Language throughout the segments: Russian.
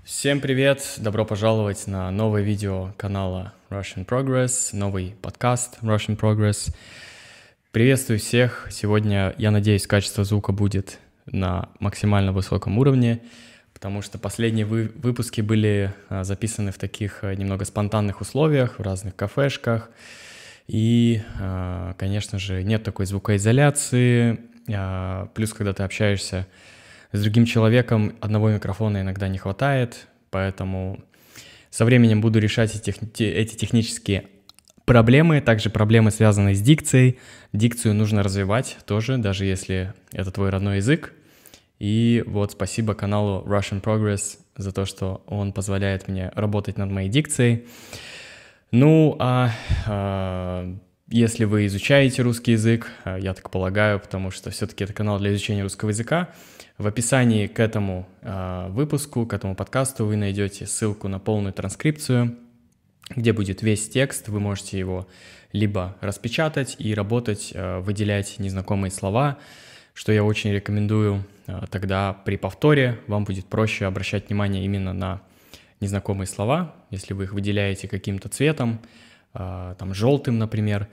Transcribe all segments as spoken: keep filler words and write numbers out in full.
Всем привет! Добро пожаловать на новое видео канала Russian Progress, новый подкаст Russian Progress. Приветствую всех! Сегодня, я надеюсь, качество звука будет на максимально высоком уровне, потому что последние вы- выпуски были а, записаны в таких а, немного спонтанных условиях, в разных кафешках. И, а, конечно же, нет такой звукоизоляции. А, плюс, когда ты общаешься с другим человеком, одного микрофона иногда не хватает, поэтому со временем буду решать эти, эти технические проблемы, также проблемы, связанные с дикцией. Дикцию нужно развивать тоже, даже если это твой родной язык. И вот спасибо каналу Russian Progress за то, что он позволяет мне работать над моей дикцией. Ну, а, а если вы изучаете русский язык, я так полагаю, потому что все-таки это канал для изучения русского языка, в описании к этому э, выпуску, к этому подкасту вы найдете ссылку на полную транскрипцию, где будет весь текст. Вы можете его либо распечатать и работать, э, выделять незнакомые слова, что я очень рекомендую. Э, тогда при повторе вам будет проще обращать внимание именно на незнакомые слова, если вы их выделяете каким-то цветом, э, там желтым, например.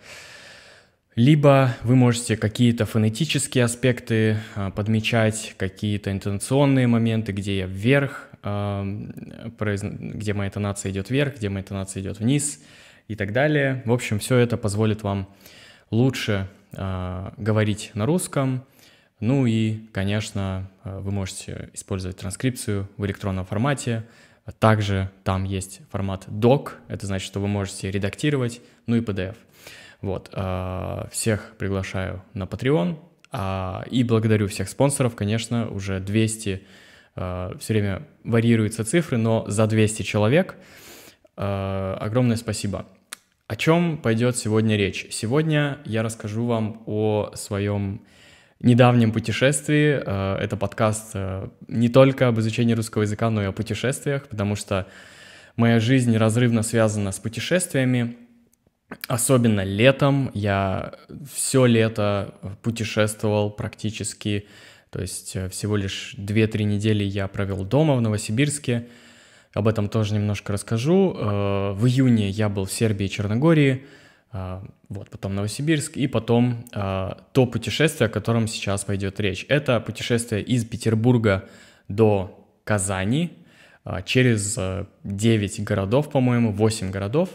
Либо вы можете какие-то фонетические аспекты а, подмечать, какие-то интонационные моменты, где я вверх, а, произ... где моя интонация идет вверх, где моя интонация идет вниз и так далее. В общем, все это позволит вам лучше а, говорить на русском. Ну и, конечно, вы можете использовать транскрипцию в электронном формате. Также там есть формат док, это значит, что вы можете редактировать, ну и пи ди эф. Вот, всех приглашаю на Patreon, и благодарю всех спонсоров, конечно, уже двести, все время варьируются цифры, но за двести человек огромное спасибо. О чем пойдет сегодня речь? Сегодня я расскажу вам о своем недавнем путешествии. Это подкаст не только об изучении русского языка, но и о путешествиях, потому что моя жизнь неразрывно связана с путешествиями. Особенно летом, я все лето путешествовал практически, то есть всего лишь две-три недели я провел дома в Новосибирске, об этом тоже немножко расскажу. В июне я был в Сербии и Черногории, вот, потом Новосибирск, и потом то путешествие, о котором сейчас пойдет речь. Это путешествие из Петербурга до Казани через девять городов, по-моему, восемь городов.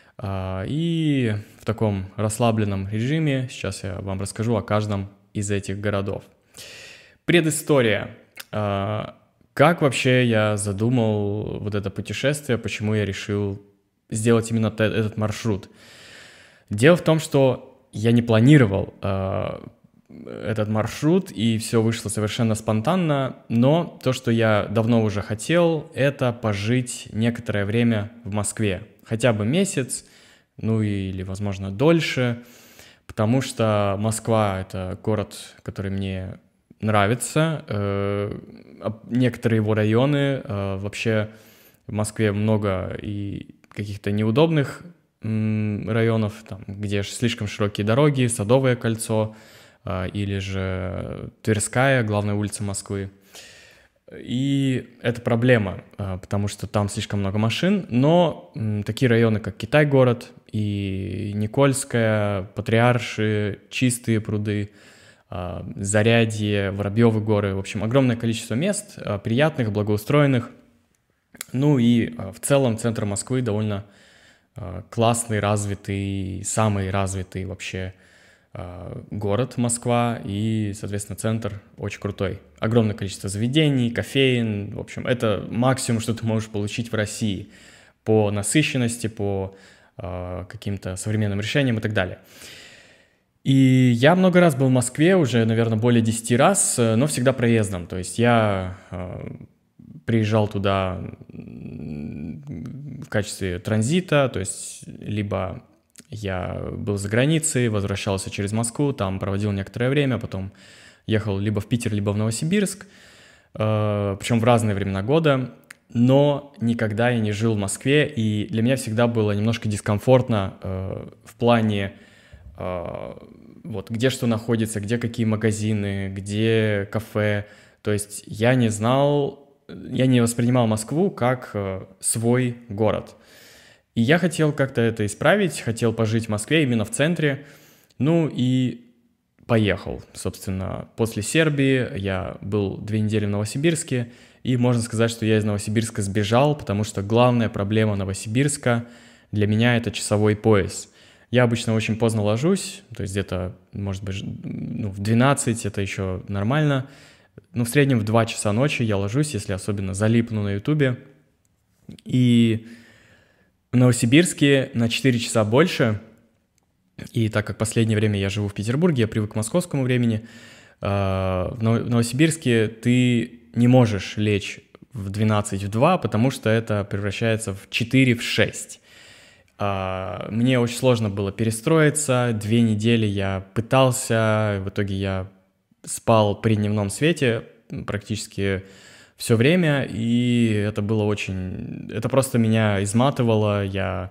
И в таком расслабленном режиме сейчас я вам расскажу о каждом из этих городов. Предыстория. Как вообще я задумал вот это путешествие, почему я решил сделать именно этот маршрут? Дело в том, что я не планировал этот маршрут, и все вышло совершенно спонтанно, но то, что я давно уже хотел, это пожить некоторое время в Москве. Хотя бы месяц, ну или, возможно, дольше, потому что Москва — это город, который мне нравится. Некоторые его районы, вообще в Москве много и каких-то неудобных районов, там, где слишком широкие дороги, Садовое кольцо или же Тверская, главная улица Москвы. И это проблема, потому что там слишком много машин, но такие районы, как Китай-город и Никольская, Патриарши, Чистые пруды, Зарядье, Воробьевы горы, в общем, огромное количество мест, приятных, благоустроенных. Ну и в целом центр Москвы довольно классный, развитый, самый развитый вообще город Москва, и, соответственно, центр очень крутой. Огромное количество заведений, кофеен, в общем, это максимум, что ты можешь получить в России по насыщенности, по э, каким-то современным решениям и так далее. И я много раз был в Москве, уже, наверное, более десяти раз, но всегда проездом. То есть я э, приезжал туда в качестве транзита, то есть либо я был за границей, возвращался через Москву, там проводил некоторое время, потом ехал либо в Питер, либо в Новосибирск, э, причем в разные времена года, но никогда я не жил в Москве, и для меня всегда было немножко дискомфортно э, в плане, э, вот, где что находится, где какие магазины, где кафе, то есть я не знал я не воспринимал Москву как э, свой город. И я хотел как-то это исправить, хотел пожить в Москве, именно в центре. Ну и поехал, собственно, после Сербии я был две недели в Новосибирске, и можно сказать, что я из Новосибирска сбежал, потому что главная проблема Новосибирска для меня — это часовой пояс. Я обычно очень поздно ложусь, то есть где-то, может быть, ну, в двенадцать это еще нормально, но в среднем в два часа ночи я ложусь, если особенно залипну на Ютубе. И в Новосибирске на четыре часа больше, и так как в последнее время я живу в Петербурге, я привык к московскому времени, в Новосибирске ты не можешь лечь в двенадцать, в два, потому что это превращается в четыре, в шесть. Мне очень сложно было перестроиться, две недели я пытался, в итоге я спал при дневном свете практически все время, и это было очень... Это просто меня изматывало, я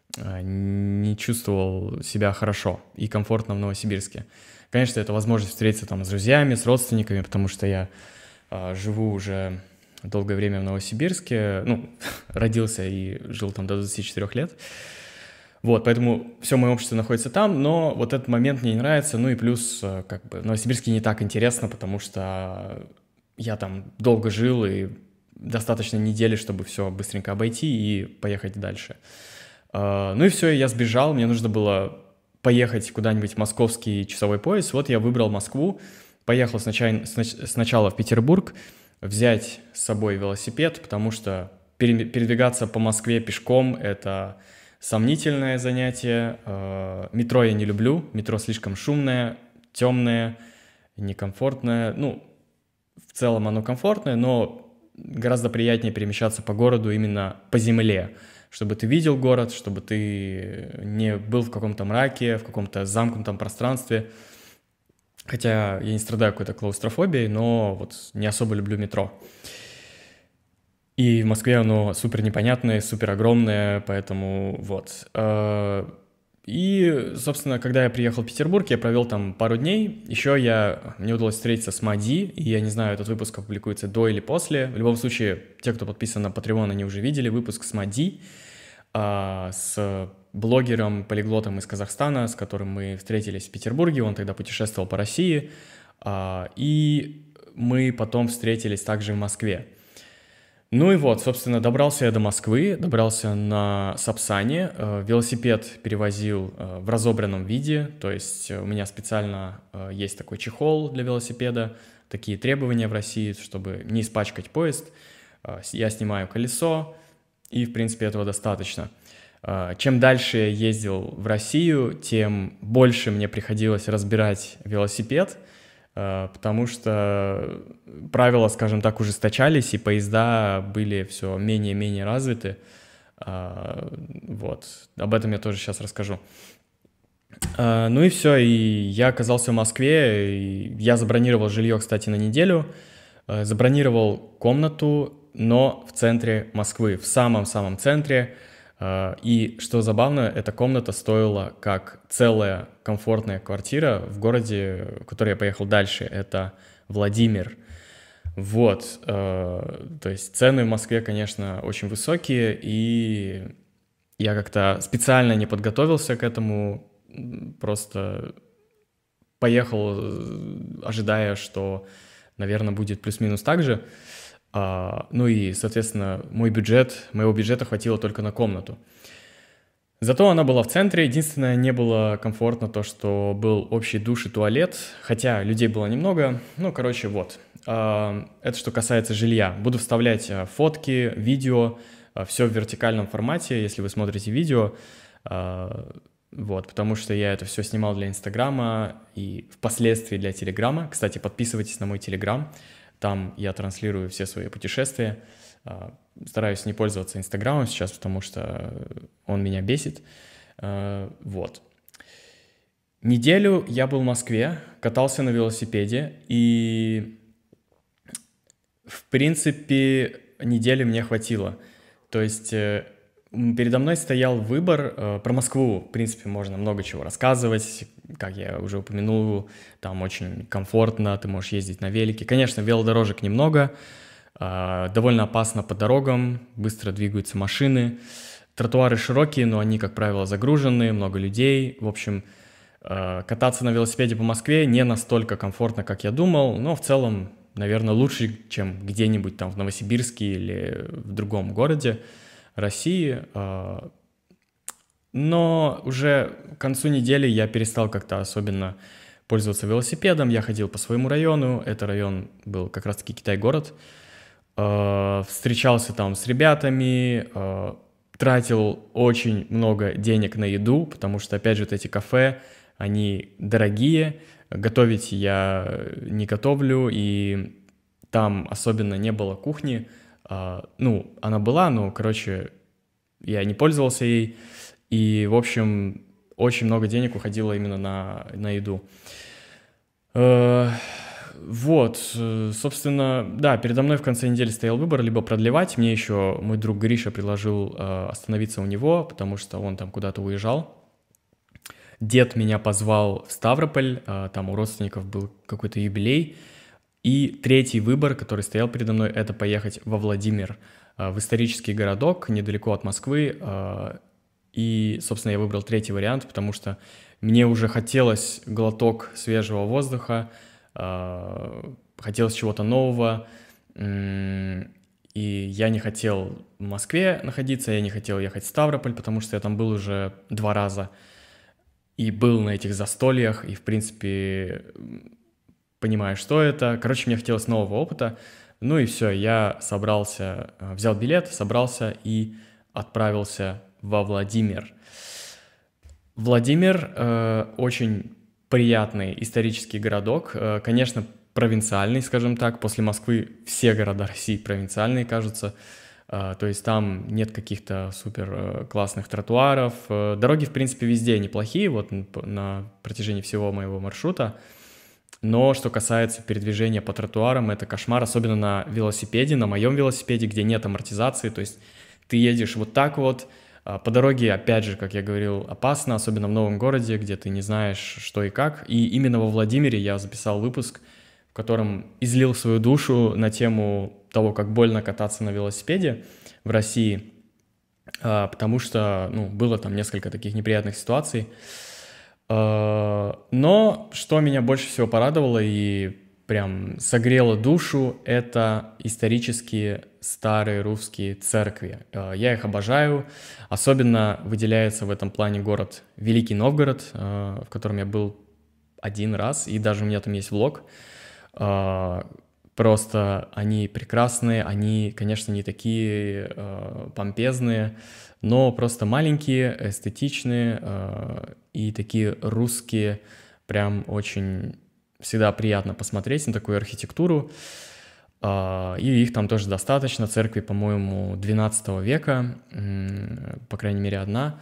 не чувствовал себя хорошо и комфортно в Новосибирске. Конечно, это возможность встретиться там с друзьями, с родственниками, потому что я э, живу уже долгое время в Новосибирске, ну, родился и жил там до двадцати четырёх лет. Вот, поэтому все мое общество находится там, но вот этот момент мне не нравится, ну и плюс, как бы, в Новосибирске не так интересно, потому что я там долго жил, и достаточно недели, чтобы все быстренько обойти и поехать дальше. Ну и все, я сбежал, мне нужно было поехать куда-нибудь в московский часовой пояс, вот я выбрал Москву, поехал сначала, сначала в Петербург, взять с собой велосипед, потому что передвигаться по Москве пешком — это сомнительное занятие. Метро я не люблю, метро слишком шумное, темное, некомфортное. Ну, в целом оно комфортное, но гораздо приятнее перемещаться по городу именно по земле, чтобы ты видел город, чтобы ты не был в каком-то мраке, в каком-то замкнутом пространстве. Хотя я не страдаю какой-то клаустрофобией, но вот не особо люблю метро. И в Москве оно супер непонятное, супер огромное, поэтому вот. И, собственно, когда я приехал в Петербург, я провел там пару дней. Еще я, мне удалось встретиться с Мади, и я не знаю, этот выпуск опубликуется до или после. В любом случае, те, кто подписан на Patreon, они уже видели выпуск с Мади, с блогером, полиглотом из Казахстана, с которым мы встретились в Петербурге. Он тогда путешествовал по России, и мы потом встретились также в Москве. Ну и вот, собственно, добрался я до Москвы, добрался на Сапсане, велосипед перевозил в разобранном виде, то есть у меня специально есть такой чехол для велосипеда, такие требования в России, чтобы не испачкать поезд. Я снимаю колесо, и, в принципе, этого достаточно. Чем дальше я ездил в Россию, тем больше мне приходилось разбирать велосипед, потому что правила, скажем так, ужесточались, и поезда были все менее и менее развиты. Вот, об этом я тоже сейчас расскажу. Ну и все, и я оказался в Москве, и я забронировал жилье, кстати, на неделю, забронировал комнату, но в центре Москвы, в самом-самом центре. И что забавно, эта комната стоила как целая комфортная квартира в городе, в который я поехал дальше, это Владимир. Вот, то есть цены в Москве, конечно, очень высокие, и я как-то специально не подготовился к этому, просто поехал, ожидая, что, наверное, будет плюс-минус так же. Ну и, соответственно, мой бюджет, моего бюджета хватило только на комнату. Зато она была в центре. Единственное, не было комфортно то, что был общий душ и туалет, хотя людей было немного. Ну, короче, вот. Это что касается жилья. Буду вставлять фотки, видео, все в вертикальном формате, если вы смотрите видео. Вот, потому что я это все снимал для Инстаграма и впоследствии для Телеграма. Кстати, подписывайтесь на мой Телеграм. Там я транслирую все свои путешествия. Стараюсь не пользоваться Инстаграмом сейчас, потому что он меня бесит. Вот. Неделю я был в Москве, катался на велосипеде, и, в принципе, недели мне хватило. То есть передо мной стоял выбор. Про Москву, в принципе, можно много чего рассказывать. Как я уже упомянул, там очень комфортно, ты можешь ездить на велике. Конечно, велодорожек немного, э, довольно опасно по дорогам, быстро двигаются машины. Тротуары широкие, но они, как правило, загружены, много людей. В общем, э, кататься на велосипеде по Москве не настолько комфортно, как я думал, но в целом, наверное, лучше, чем где-нибудь там в Новосибирске или в другом городе России. Э, но уже к концу недели я перестал как-то особенно пользоваться велосипедом. Я ходил по своему району. Это район был как раз-таки Китай-город. Э, встречался там с ребятами, э, тратил очень много денег на еду, потому что, опять же, вот эти кафе, они дорогие, готовить я не готовлю, и там особенно не было кухни. Ну, она была, но, короче, я не пользовался ей, и, в общем, очень много денег уходило именно на, на еду. Вот, собственно, да, передо мной в конце недели стоял выбор либо продлевать. Мне еще мой друг Гриша предложил э, остановиться у него, потому что он там куда-то уезжал. Дед меня позвал в Ставрополь, э, там у родственников был какой-то юбилей. И третий выбор, который стоял передо мной, это поехать во Владимир, э, в исторический городок, недалеко от Москвы. Э, и, собственно, я выбрал третий вариант, потому что мне уже хотелось глоток свежего воздуха, хотелось чего-то нового, и я не хотел в Москве находиться, я не хотел ехать в Ставрополь, потому что я там был уже два раза и был на этих застольях, и, в принципе, понимаю, что это. Короче, мне хотелось нового опыта, ну и все, я собрался, взял билет, собрался и отправился во Владимир. Владимир э, очень приятный исторический городок, конечно, провинциальный, скажем так. После Москвы все города России провинциальные, кажутся. То есть там нет каких-то супер классных тротуаров. Дороги, в принципе, везде неплохие, вот на протяжении всего моего маршрута. Но что касается передвижения по тротуарам, это кошмар, особенно на велосипеде, на моем велосипеде, где нет амортизации. То есть ты едешь вот так вот. По дороге, опять же, как я говорил, опасно, особенно в новом городе, где ты не знаешь, что и как. И именно во Владимире я записал выпуск, в котором излил свою душу на тему того, как больно кататься на велосипеде в России, потому что, ну, было там несколько таких неприятных ситуаций. Но что меня больше всего порадовало и прям согрело душу, это исторические старые русские церкви. Я их обожаю. Особенно выделяется в этом плане город Великий Новгород, в котором я был один раз, и даже у меня там есть влог. Просто они прекрасные, они, конечно, не такие помпезные, но просто маленькие, эстетичные и такие русские, прям очень... Всегда приятно посмотреть на такую архитектуру, и их там тоже достаточно. Церкви, по-моему, двенадцатого века, по крайней мере, одна.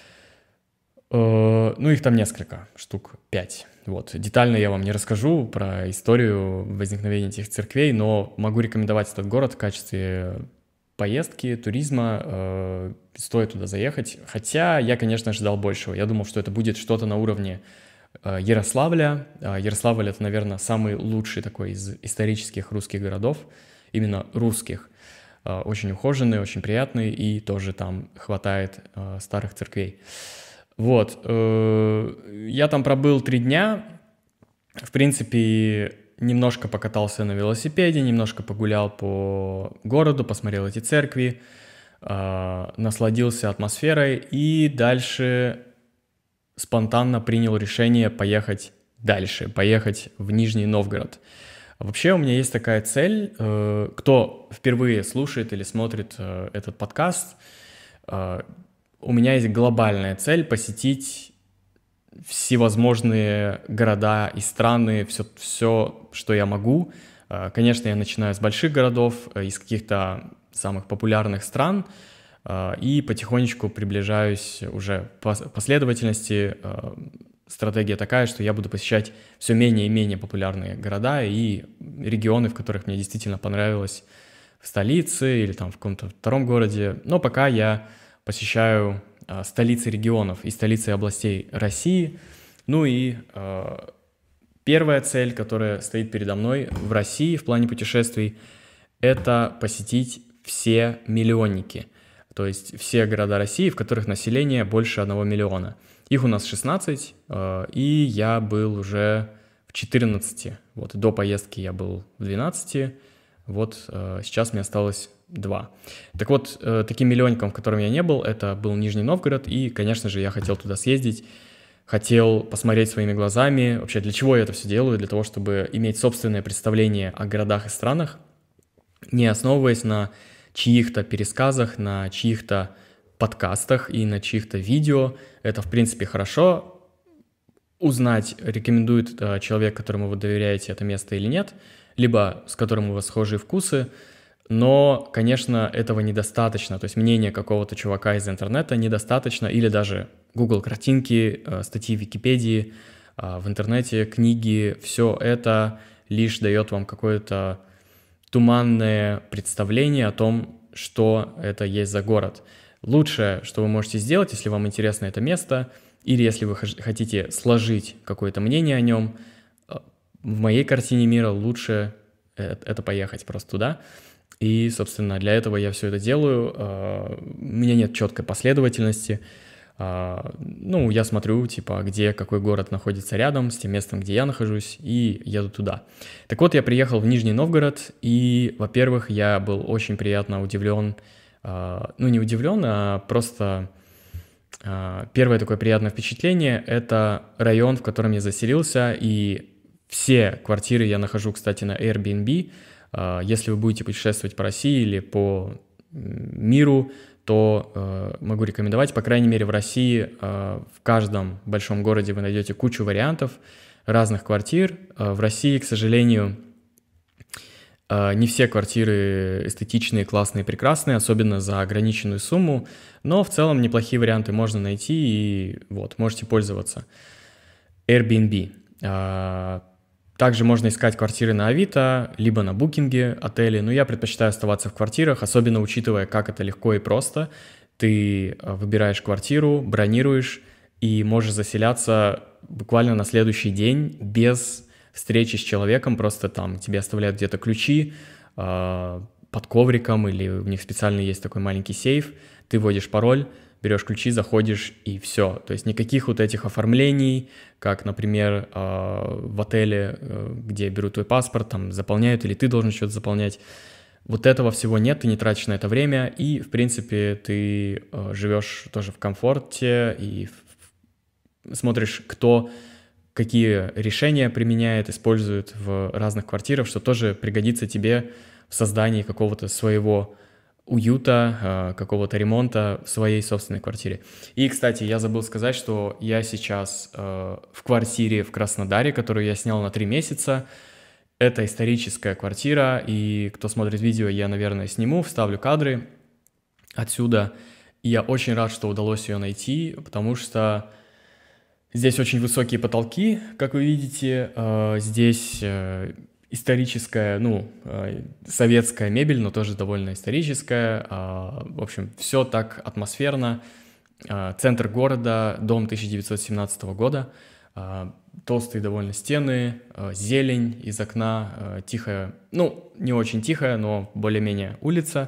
Ну, их там несколько, штук пять. Вот. Детально я вам не расскажу про историю возникновения этих церквей, но могу рекомендовать этот город в качестве поездки, туризма. Стоит туда заехать. Хотя я, конечно, ожидал большего. Я думал, что это будет что-то на уровне Ярославля. Ярославль — это, наверное, самый лучший такой из исторических русских городов, именно русских. Очень ухоженный, очень приятный, и тоже там хватает старых церквей. Вот. Я там пробыл три дня. В принципе, немножко покатался на велосипеде, немножко погулял по городу, посмотрел эти церкви, насладился атмосферой и дальше... спонтанно принял решение поехать дальше, поехать в Нижний Новгород. Вообще у меня есть такая цель, кто впервые слушает или смотрит этот подкаст, у меня есть глобальная цель посетить всевозможные города и страны, все, все, что я могу. Конечно, я начинаю с больших городов, из каких-то самых популярных стран, и потихонечку приближаюсь уже по последовательности. Стратегия такая, что я буду посещать все менее и менее популярные города и регионы, в которых мне действительно понравилось, в столице или там в каком-то втором городе. Но пока я посещаю столицы регионов и столицы областей России. Ну и первая цель, которая стоит передо мной в России в плане путешествий, это посетить все миллионники, то есть все города России, в которых население больше одного миллиона. Их у нас шестнадцать, и я был уже в четырнадцати. Вот до поездки я был в двенадцати, вот сейчас мне осталось два. Так вот, таким миллионником, в котором я не был, это был Нижний Новгород, и, конечно же, я хотел туда съездить, хотел посмотреть своими глазами. Вообще, для чего я это все делаю? Для того, чтобы иметь собственное представление о городах и странах, не основываясь на чьих-то пересказах, на чьих-то подкастах и на чьих-то видео. Это, в принципе, хорошо. Узнать, рекомендует э, человек, которому вы доверяете это место или нет, либо с которым у вас схожие вкусы. Но, конечно, этого недостаточно. То есть мнение какого-то чувака из интернета недостаточно, или даже Google картинки, э, статьи в Википедии, э, в интернете, книги. Все это лишь дает вам какое-то туманное представление о том, что это есть за город. Лучшее, что вы можете сделать, если вам интересно это место, или если вы хотите сложить какое-то мнение о нем, в моей картине мира лучше это поехать просто туда. И, собственно, для этого я все это делаю. У меня нет четкой последовательности. Ну, я смотрю, типа, где какой город находится рядом с тем местом, где я нахожусь, и еду туда. Так вот, я приехал в Нижний Новгород, и, во-первых, я был очень приятно удивлен, ну, не удивлен, а просто первое такое приятное впечатление — это район, в котором я заселился, и все квартиры я нахожу, кстати, на Airbnb. Если вы будете путешествовать по России или по миру, то э, могу рекомендовать, по крайней мере, в России э, в каждом большом городе вы найдете кучу вариантов разных квартир. Э, в России, к сожалению, э, не все квартиры эстетичные, классные, прекрасные, особенно за ограниченную сумму, но в целом неплохие варианты можно найти, и вот, можете пользоваться. Airbnb. Э, Также можно искать квартиры на Авито, либо на букинге отели, но я предпочитаю оставаться в квартирах, особенно учитывая, как это легко и просто. Ты выбираешь квартиру, бронируешь и можешь заселяться буквально на следующий день без встречи с человеком, просто там тебе оставляют где-то ключи э, под ковриком, или у них специально есть такой маленький сейф, ты вводишь пароль, берешь ключи, заходишь, и все. То есть никаких вот этих оформлений, как, например, в отеле, где берут твой паспорт, там заполняют, или ты должен что-то заполнять. Вот этого всего нет, ты не тратишь на это время, и, в принципе, ты живешь тоже в комфорте и смотришь, кто какие решения применяет, использует в разных квартирах, что тоже пригодится тебе в создании какого-то своего уюта, какого-то ремонта в своей собственной квартире. И, кстати, я забыл сказать, что я сейчас э, в квартире в Краснодаре, которую я снял на три месяца. Это историческая квартира, и кто смотрит видео, я, наверное, сниму, вставлю кадры отсюда. И я очень рад, что удалось ее найти, потому что здесь очень высокие потолки, как вы видите. Э, здесь... Э, историческая, ну, советская мебель, но тоже довольно историческая. В общем, все так атмосферно. Центр города, дом тысяча девятьсот семнадцатого года. Толстые довольно стены, зелень из окна, тихая, ну, не очень тихая, но более-менее улица.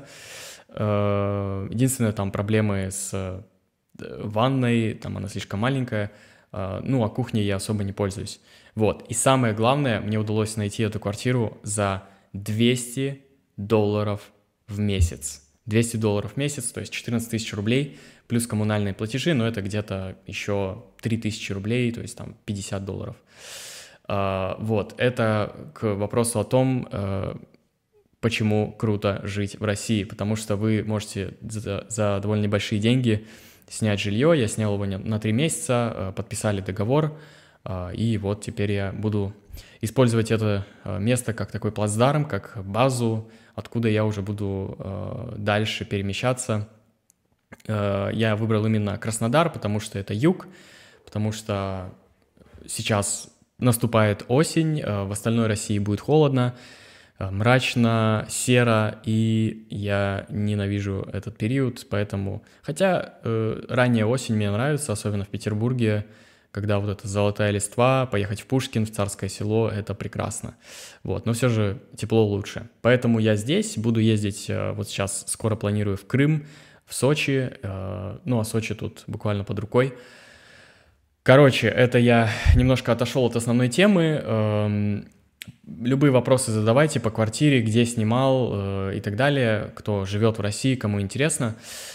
Единственное, там проблемы с ванной, там она слишком маленькая. Ну, а кухней я особо не пользуюсь. Вот, и самое главное, мне удалось найти эту квартиру за двести долларов в месяц. двести долларов в месяц, то есть четырнадцать тысяч рублей, плюс коммунальные платежи, но это где-то еще три тысячи рублей, то есть там пятьдесят долларов. Вот, это к вопросу о том, почему круто жить в России, потому что вы можете за, за довольно небольшие деньги снять жилье. Я снял его на три месяца, подписали договор, и вот теперь я буду использовать это место как такой плацдарм, как базу, откуда я уже буду дальше перемещаться. Я выбрал именно Краснодар, потому что это юг, потому что сейчас наступает осень, в остальной России будет холодно, мрачно, серо, и я ненавижу этот период, поэтому... Хотя э, ранняя осень мне нравится, особенно в Петербурге, когда вот эта золотая листва, поехать в Пушкин, в Царское Село, это прекрасно. Вот, но все же тепло лучше. Поэтому я здесь буду ездить, вот сейчас скоро планирую в Крым, в Сочи, ну а Сочи тут буквально под рукой. Короче, это я немножко отошел от основной темы. Любые вопросы задавайте по квартире, где снимал э, и так далее, кто живет в России, кому интересно.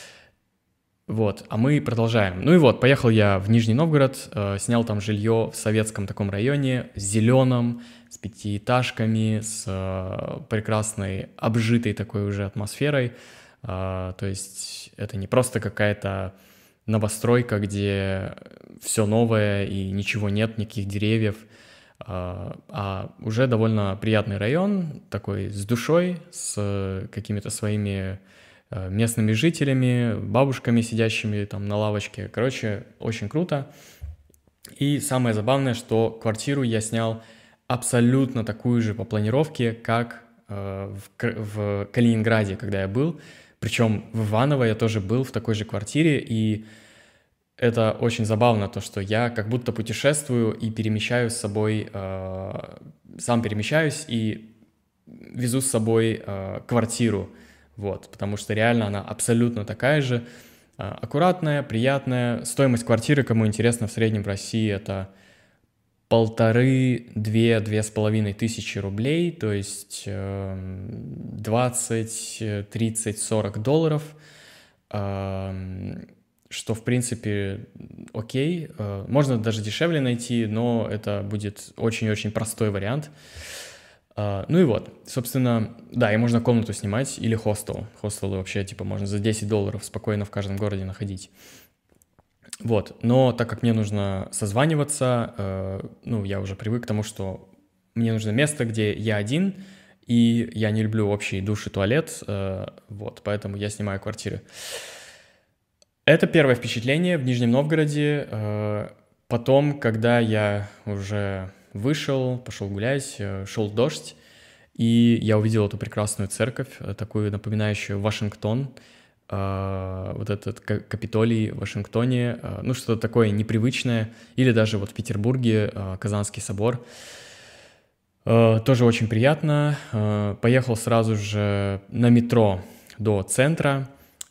Вот, а мы продолжаем. Ну и вот, поехал я в Нижний Новгород, э, снял там жилье в советском таком районе, зеленом, с пятиэтажками, с э, прекрасной, обжитой такой уже атмосферой. Э, то есть это не просто какая-то новостройка, где все новое и ничего нет, никаких деревьев, а уже довольно приятный район, такой с душой, с какими-то своими местными жителями, бабушками, сидящими там на лавочке. Короче, очень круто. И самое забавное, что квартиру я снял абсолютно такую же по планировке, как в Калининграде, когда я был. Причем в Иваново я тоже был в такой же квартире, и это очень забавно, то, что я как будто путешествую и перемещаю с собой, э, сам перемещаюсь и везу с собой э, квартиру, вот, потому что реально она абсолютно такая же, э, аккуратная, приятная. Стоимость квартиры, кому интересно, в среднем в России это полторы, две, две с половиной тысячи рублей, то есть э, двадцать, тридцать, сорок долларов. Э, что, в принципе, окей. Можно даже дешевле найти, но это будет очень-очень простой вариант. Ну и вот, собственно, да, и можно комнату снимать или хостел. Хостелы вообще, типа, можно за десять долларов спокойно в каждом городе находить. Вот, но так как мне нужно созваниваться, ну, я уже привык к тому, что мне нужно место, где я один, и я не люблю общий душ и туалет, вот, поэтому я снимаю квартиры. Это первое впечатление в Нижнем Новгороде. Потом, когда я уже вышел, пошел гулять, шел дождь, и я увидел эту прекрасную церковь, такую напоминающую Вашингтон, вот этот Капитолий в Вашингтоне, ну что-то такое непривычное, или даже вот в Петербурге Казанский собор. Тоже очень приятно. Поехал сразу же на метро до центра.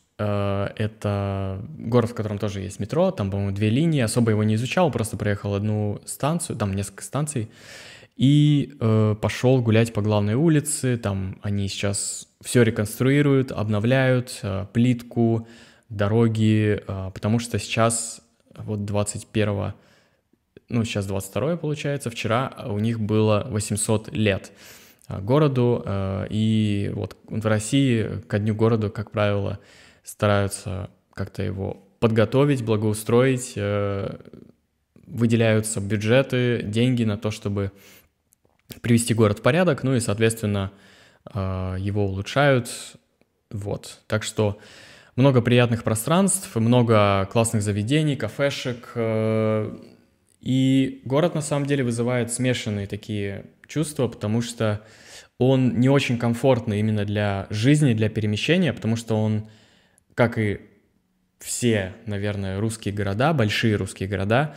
Это город, в котором тоже есть метро, там, по-моему, две линии, особо его не изучал, просто проехал одну станцию, там несколько станций, и э, пошел гулять по главной улице, там они сейчас все реконструируют, обновляют, э, плитку, дороги, э, потому что сейчас, вот двадцать первого, ну, сейчас двадцать второе получается, вчера у них было восемьсот лет городу, э, и вот в России ко дню города, как правило, стараются как-то его подготовить, благоустроить, выделяются бюджеты, деньги на то, чтобы привести город в порядок, ну и, соответственно, его улучшают, вот. Так что много приятных пространств, много классных заведений, кафешек, и город на самом деле вызывает смешанные такие чувства, потому что он не очень комфортный именно для жизни, для перемещения, потому что он, как и все, наверное, русские города, большие русские города,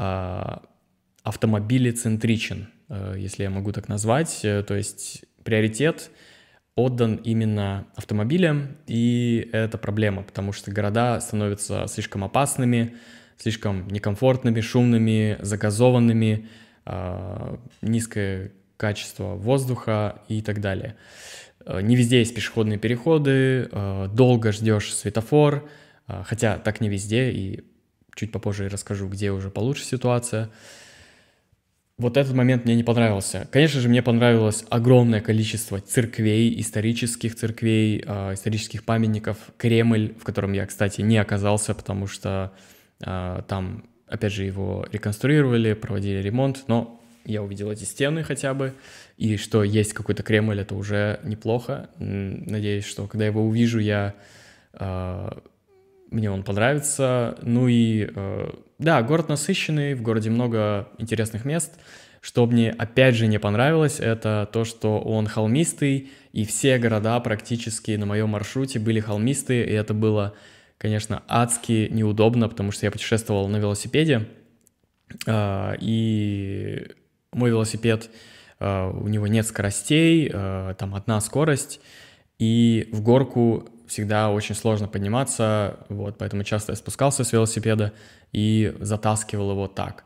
автомобилецентричен, если я могу так назвать. То есть приоритет отдан именно автомобилям, и это проблема, потому что города становятся слишком опасными, слишком некомфортными, шумными, загазованными, низкое качество воздуха и так далее. Не везде есть пешеходные переходы, долго ждешь светофор, хотя так не везде, и чуть попозже я расскажу, где уже получше ситуация. Вот этот момент мне не понравился. Конечно же, мне понравилось огромное количество церквей, исторических церквей, исторических памятников. Кремль, в котором я, кстати, не оказался, потому что там, опять же, его реконструировали, проводили ремонт, но я увидел эти стены хотя бы, и что есть какой-то Кремль, это уже неплохо. Надеюсь, что когда я его увижу, я, э, мне он понравится. Ну и, э, да, город насыщенный, в городе много интересных мест. Что мне опять же не понравилось, это то, что он холмистый, и все города практически на моем маршруте были холмистые, и это было, конечно, адски неудобно, потому что я путешествовал на велосипеде, А, И мой велосипед, а, у него нет скоростей, а, там одна скорость, и в горку всегда очень сложно подниматься, вот, поэтому часто я спускался с велосипеда и затаскивал его так.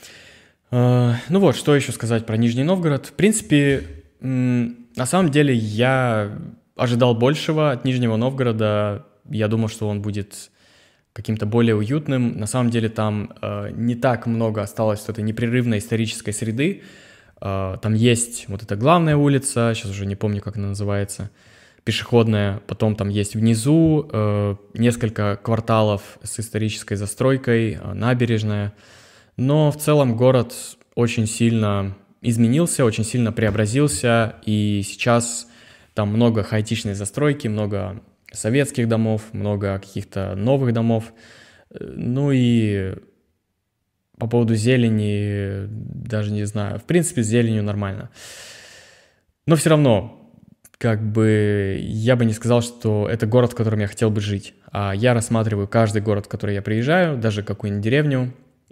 А, Ну вот, что еще сказать про Нижний Новгород? В принципе, м, на самом деле я ожидал большего от Нижнего Новгорода. Я думал, что он будет каким-то более уютным. На самом деле там э, не так много осталось вот этой непрерывной исторической среды. Э, там есть вот эта главная улица, сейчас уже не помню, как она называется, пешеходная. Потом там есть внизу э, несколько кварталов с исторической застройкой, э, набережная. Но в целом город очень сильно изменился, очень сильно преобразился, и сейчас там много хаотичной застройки, много советских домов, много каких-то новых домов. Э, Ну и по поводу зелени, даже не знаю, в принципе, с зеленью нормально. Но все равно, как бы, я бы не сказал, что это город, в котором я хотел бы жить. А я рассматриваю каждый город, в который я приезжаю, даже какую-нибудь деревню,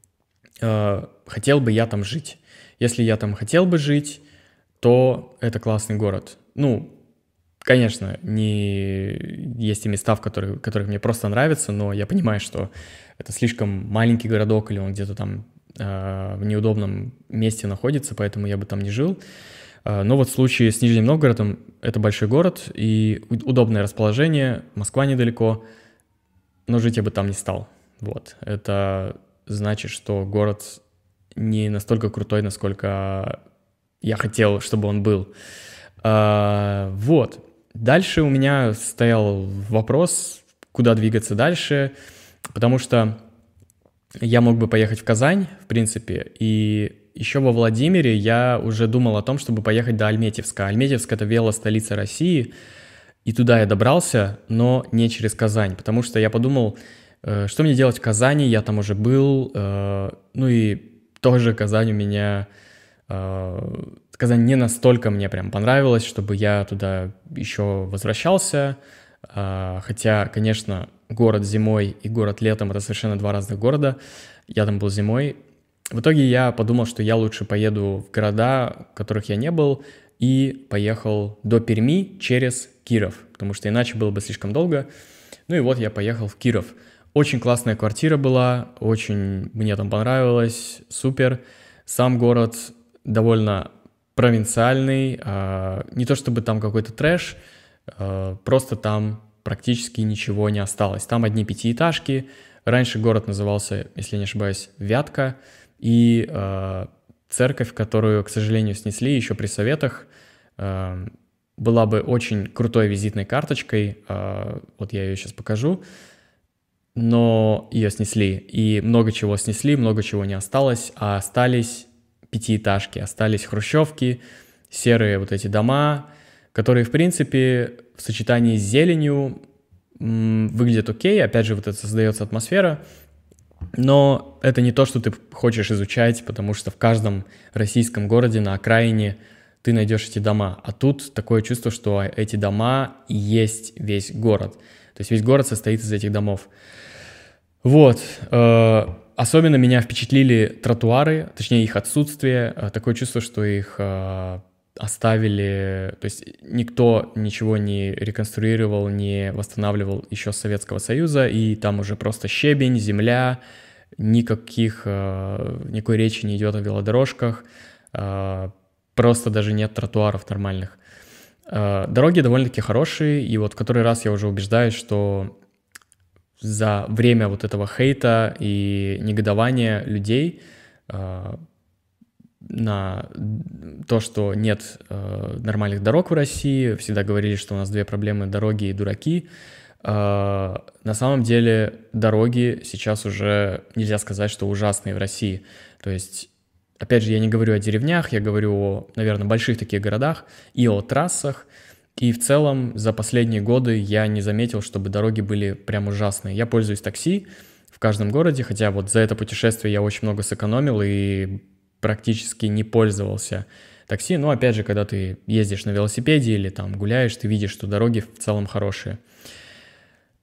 э, хотел бы я там жить. Если я там хотел бы жить, то это классный город. Ну, конечно, не есть и места, в которых, которых мне просто нравятся, но я понимаю, что это слишком маленький городок, или он где-то там э, в неудобном месте находится, поэтому я бы там не жил. Э, но вот в случае с Нижним Новгородом это большой город и у- удобное расположение, Москва недалеко, но жить я бы там не стал. Вот, это значит, что город не настолько крутой, насколько я хотел, чтобы он был. А, вот. Дальше у меня стоял вопрос, куда двигаться дальше, потому что я мог бы поехать в Казань, в принципе, и еще во Владимире я уже думал о том, чтобы поехать до Альметьевска. Альметьевск — это велостолица России, и туда я добрался, но не через Казань, потому что я подумал, э, что мне делать в Казани, я там уже был, э, ну и тоже Казань у меня... э, Казань не настолько мне прям понравилась, чтобы я туда еще возвращался, а, хотя, конечно, город зимой и город летом — это совершенно два разных города. Я там был зимой. В итоге я подумал, что я лучше поеду в города, в которых я не был, и поехал до Перми через Киров, потому что иначе было бы слишком долго. Ну и вот я поехал в Киров. Очень классная квартира была, очень мне там понравилось, супер. Сам город довольно провинциальный, а, не то чтобы там какой-то трэш, а, просто там практически ничего не осталось. Там одни пятиэтажки. Раньше город назывался, если не ошибаюсь, Вятка, и а, церковь, которую, к сожалению, снесли еще при советах, а, была бы очень крутой визитной карточкой. А, вот я ее сейчас покажу. Но ее снесли, и много чего снесли, много чего не осталось, а остались пятиэтажки, остались хрущевки, серые вот эти дома, которые, в принципе, в сочетании с зеленью м, выглядят окей, опять же, вот это создается атмосфера, но это не то, что ты хочешь изучать, потому что в каждом российском городе на окраине ты найдешь эти дома, а тут такое чувство, что эти дома и есть весь город, то есть весь город состоит из этих домов. Вот, э, особенно меня впечатлили тротуары, точнее их отсутствие, э, такое чувство, что их э, оставили, то есть никто ничего не реконструировал, не восстанавливал еще с Советского Союза, и там уже просто щебень, земля, никаких, э, никакой речи не идет о велодорожках, э, просто даже нет тротуаров нормальных. Э, дороги довольно-таки хорошие, и вот который раз я уже убеждаюсь, что за время вот этого хейта и негодования людей э, на то, что нет э, нормальных дорог в России, всегда говорили, что у нас две проблемы — дороги и дураки. Э, на самом деле дороги сейчас уже нельзя сказать, что ужасные в России. То есть, опять же, я не говорю о деревнях, я говорю о, наверное, больших таких городах и о трассах. И в целом за последние годы я не заметил, чтобы дороги были прям ужасные. Я пользуюсь такси в каждом городе, хотя вот за это путешествие я очень много сэкономил и практически не пользовался такси. Но опять же, когда ты ездишь на велосипеде или там гуляешь, ты видишь, что дороги в целом хорошие.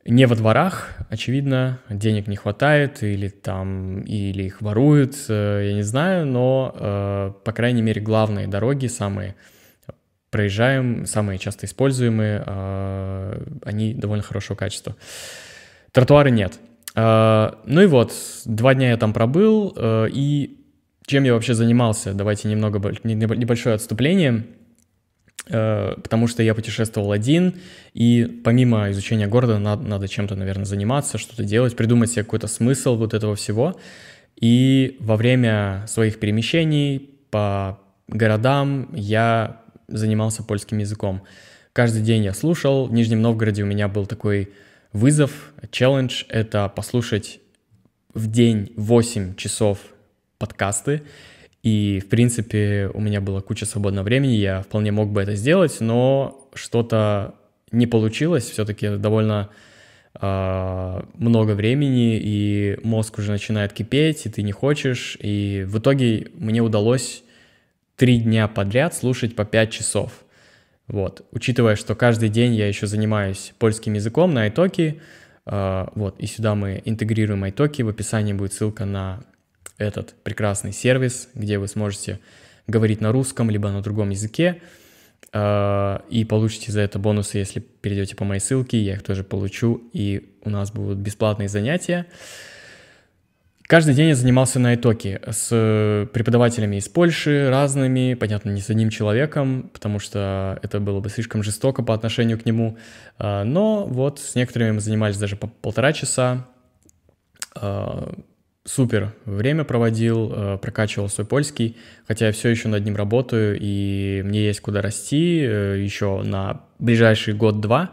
не во дворах, очевидно, денег не хватает, или там, или их воруют, я не знаю, но, по крайней мере, главные дороги, самые проезжаем, самые часто используемые, они довольно хорошего качества. Тротуары нет. Ну и вот, два дня я там пробыл, и чем я вообще занимался? Давайте немного, небольшое отступление. Потому что я путешествовал один, и помимо изучения города надо, надо чем-то, наверное, заниматься, что-то делать, придумать себе какой-то смысл вот этого всего. И во время своих перемещений по городам я занимался польским языком. Каждый день я слушал. В Нижнем Новгороде у меня был такой вызов, челлендж — это послушать в день восемь часов подкасты. И, в принципе, у меня была куча свободного времени, я вполне мог бы это сделать, но что-то не получилось, все-таки довольно э, много времени, и мозг уже начинает кипеть, и ты не хочешь. И в итоге мне удалось три дня подряд слушать по пять часов. Вот. Учитывая, что каждый день я еще занимаюсь польским языком на iTalki, э, вот, и сюда мы интегрируем iTalki, в описании будет ссылка на этот прекрасный сервис, где вы сможете говорить на русском либо на другом языке, э, и получите за это бонусы, если перейдете по моей ссылке, я их тоже получу, и у нас будут бесплатные занятия. Каждый день я занимался на iTalki с преподавателями из Польши, разными, понятно, не с одним человеком, потому что это было бы слишком жестоко по отношению к нему, э, но вот с некоторыми мы занимались даже по полтора часа. э, Супер время проводил, прокачивал свой польский, хотя я все еще над ним работаю, и мне есть куда расти еще на ближайший год-два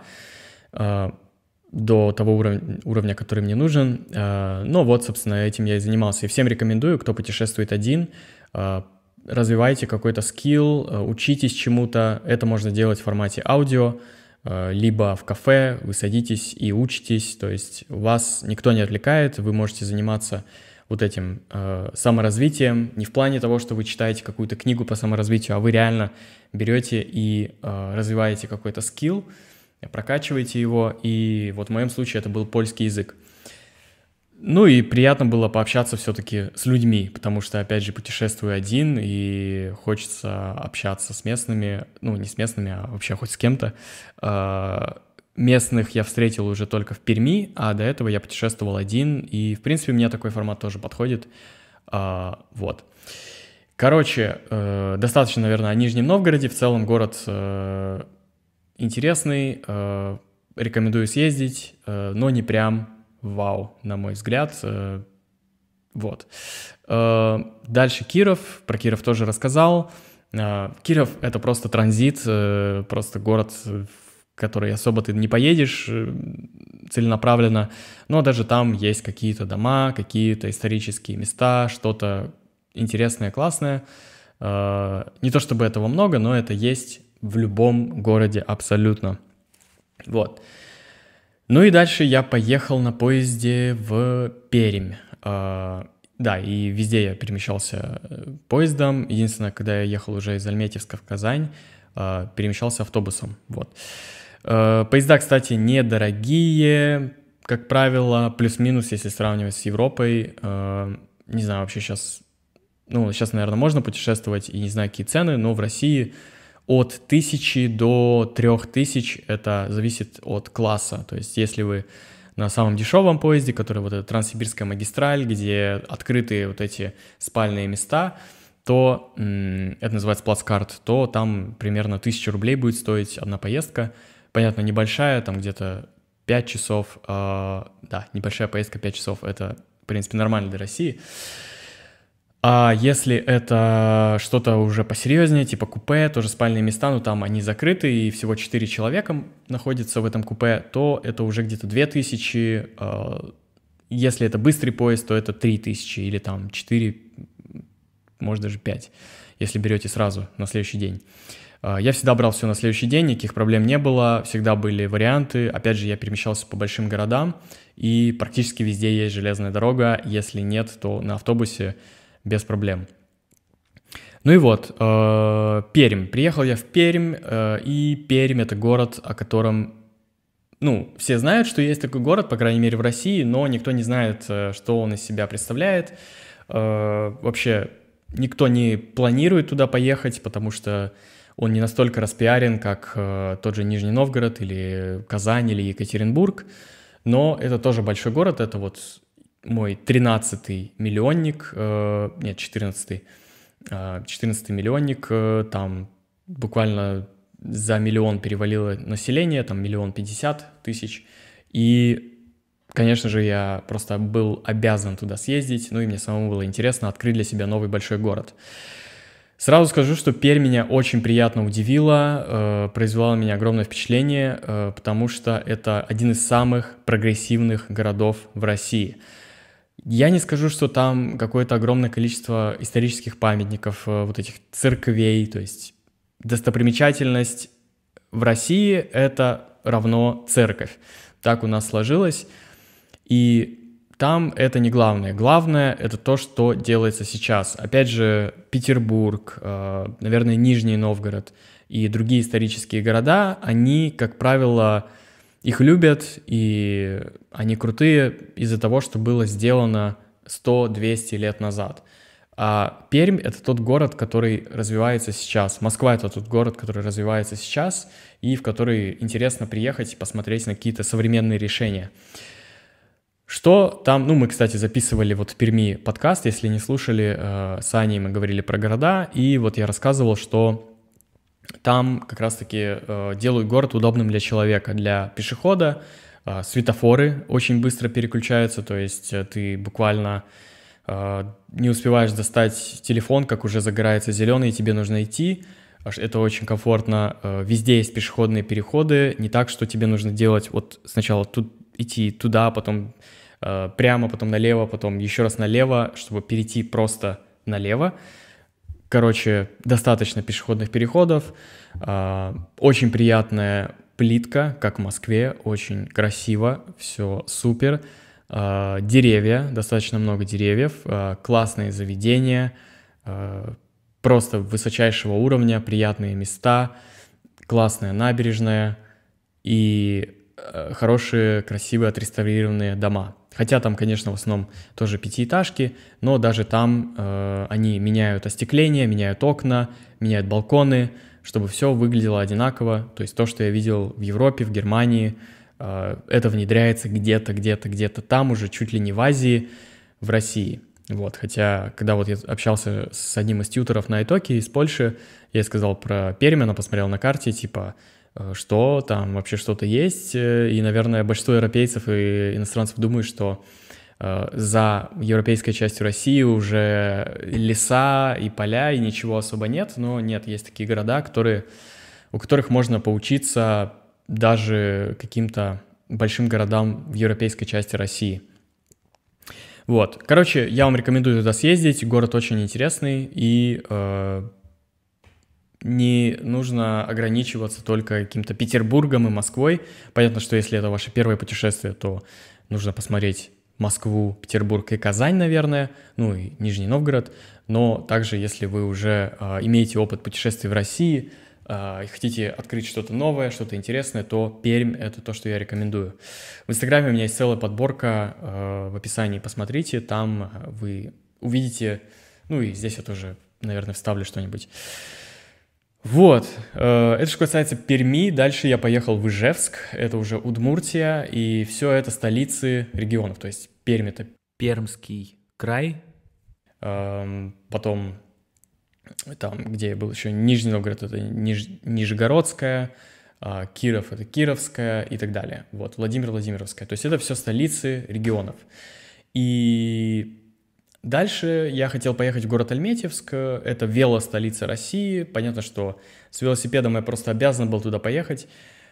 до того уровня, уровня, который мне нужен. Но вот, собственно, этим я и занимался. И всем рекомендую, кто путешествует один, развивайте какой-то скилл, учитесь чему-то. Это можно делать в формате аудио, либо в кафе вы садитесь и учитесь, то есть вас никто не отвлекает, вы можете заниматься вот этим э, саморазвитием, не в плане того, что вы читаете какую-то книгу по саморазвитию, а вы реально берете и э, развиваете какой-то скилл, прокачиваете его, и вот в моем случае это был польский язык. Ну и приятно было пообщаться все-таки с людьми, потому что, опять же, путешествую один, и хочется общаться с местными, ну, не с местными, а вообще хоть с кем-то. Местных я встретил уже только в Перми, а до этого я путешествовал один, и, в принципе, мне такой формат тоже подходит. Вот. Короче, достаточно, наверное, о Нижнем Новгороде. В целом город интересный, рекомендую съездить, но не прям вау, на мой взгляд. Вот. Дальше Киров. Про Киров тоже рассказал. Киров — это просто транзит, просто город, в который особо ты не поедешь целенаправленно, но даже там есть какие-то дома, какие-то исторические места, что-то интересное, классное. Не то чтобы этого много, но это есть в любом городе абсолютно. Вот. Ну и дальше я поехал на поезде в Пермь. А, да, и везде я перемещался поездом. Единственное, когда я ехал уже из Альметьевска в Казань, а, перемещался автобусом. Вот. А, поезда, кстати, недорогие, как правило, плюс-минус, если сравнивать с Европой. А, не знаю, вообще сейчас, ну, сейчас, наверное, можно путешествовать, и не знаю, какие цены, но в России от тысячи до трех тысяч, это зависит от класса. То есть если вы на самом дешевом поезде, который вот эта Транссибирская магистраль, где открытые вот эти спальные места, то м, это называется плацкарт, то там примерно тысяча рублей будет стоить одна поездка. Понятно, небольшая, там где-то пять часов. Э, да, небольшая поездка пять часов, это, в принципе, нормально для России. А если это что-то уже посерьезнее, типа купе, тоже спальные места, но там они закрыты, и всего четыре человека находятся в этом купе, то это уже где-то две тысячи. Если это быстрый поезд, то это три тысячи или там четыре, может даже пять, если берете сразу на следующий день. Я всегда брал все на следующий день, никаких проблем не было, всегда были варианты. Опять же, я перемещался по большим городам, и практически везде есть железная дорога. Если нет, то на автобусе без проблем. Ну и вот, э, Пермь. Приехал я в Пермь, э, и Пермь — это город, о котором ну, все знают, что есть такой город, по крайней мере, в России, но никто не знает, э, что он из себя представляет. Э, Вообще никто не планирует туда поехать, потому что он не настолько распиарен, как э, тот же Нижний Новгород или Казань или Екатеринбург. Но это тоже большой город, это вот мой тринадцатый миллионник, э, нет, четырнадцатый, э, четырнадцатый миллионник, э, там буквально за миллион перевалило население, там миллион пятьдесят тысяч, и, конечно же, я просто был обязан туда съездить, ну и мне самому было интересно открыть для себя новый большой город. Сразу скажу, что Пермь меня очень приятно удивила, э, произвела на меня огромное впечатление, э, потому что это один из самых прогрессивных городов в России. Я не скажу, что там какое-то огромное количество исторических памятников, э, вот этих церквей, то есть достопримечательность в России — это равно церковь. Так у нас сложилось, и там это не главное. Главное — это то, что делается сейчас. Опять же, Петербург, э, наверное, Нижний Новгород и другие исторические города, они, как правило, их любят, и они крутые из-за того, что было сделано сто-двести лет назад. А Пермь — это тот город, который развивается сейчас. Москва — это тот город, который развивается сейчас, и в который интересно приехать и посмотреть на какие-то современные решения. Что там, ну, мы, кстати, записывали вот в Перми подкаст, если не слушали, э, с Аней мы говорили про города, и вот я рассказывал, что там как раз-таки э, делают город удобным для человека, для пешехода, э, светофоры очень быстро переключаются, то есть э, ты буквально э, не успеваешь достать телефон, как уже загорается зеленый, и тебе нужно идти. Это очень комфортно, э, везде есть пешеходные переходы, не так, что тебе нужно делать вот сначала тут идти туда, потом э, прямо, потом налево, потом еще раз налево, чтобы перейти просто налево. Короче, достаточно пешеходных переходов, э, очень приятная плитка, как в Москве, очень красиво, все супер. Э, деревья, достаточно много деревьев, э, классные заведения, э, просто высочайшего уровня, приятные места, классная набережная и хорошие, красивые, отреставрированные дома. Хотя там, конечно, в основном тоже пятиэтажки, но даже там э, они меняют остекление, меняют окна, меняют балконы, чтобы все выглядело одинаково. То есть то, что я видел в Европе, в Германии, э, это внедряется где-то, где-то, где-то там уже, чуть ли не в Азии, в России. Вот, хотя, когда вот я общался с одним из тьюторов на iTalki из Польши, я сказал про Пермь, она посмотрела на карте, типа, что там вообще что-то есть, и, наверное, большинство европейцев и иностранцев думают, что э, за европейской частью России уже леса и поля, и ничего особо нет, но нет, есть такие города, которые, у которых можно поучиться даже каким-то большим городам в европейской части России. Вот, короче, я вам рекомендую туда съездить, город очень интересный, и э, не нужно ограничиваться только каким-то Петербургом и Москвой. Понятно, что если это ваше первое путешествие, то нужно посмотреть Москву, Петербург и Казань, наверное, ну и Нижний Новгород. Но также, если вы уже э, имеете опыт путешествий в России э, и хотите открыть что-то новое, что-то интересное, то Пермь — это то, что я рекомендую. В Инстаграме у меня есть целая подборка, э, в описании посмотрите, там вы увидите, ну и здесь я тоже, наверное, вставлю что-нибудь. Вот, это что касается Перми. Дальше я поехал в Ижевск, это уже Удмуртия, и все это столицы регионов, то есть Пермь — это Пермский край, потом там, где я был еще, Нижний Новгород — это Ниж... Нижегородская, Киров — это Кировская и так далее, вот, Владимир — Владимировская, то есть это все столицы регионов. И дальше я хотел поехать в город Альметьевск, это велостолица России, понятно, что с велосипедом я просто обязан был туда поехать,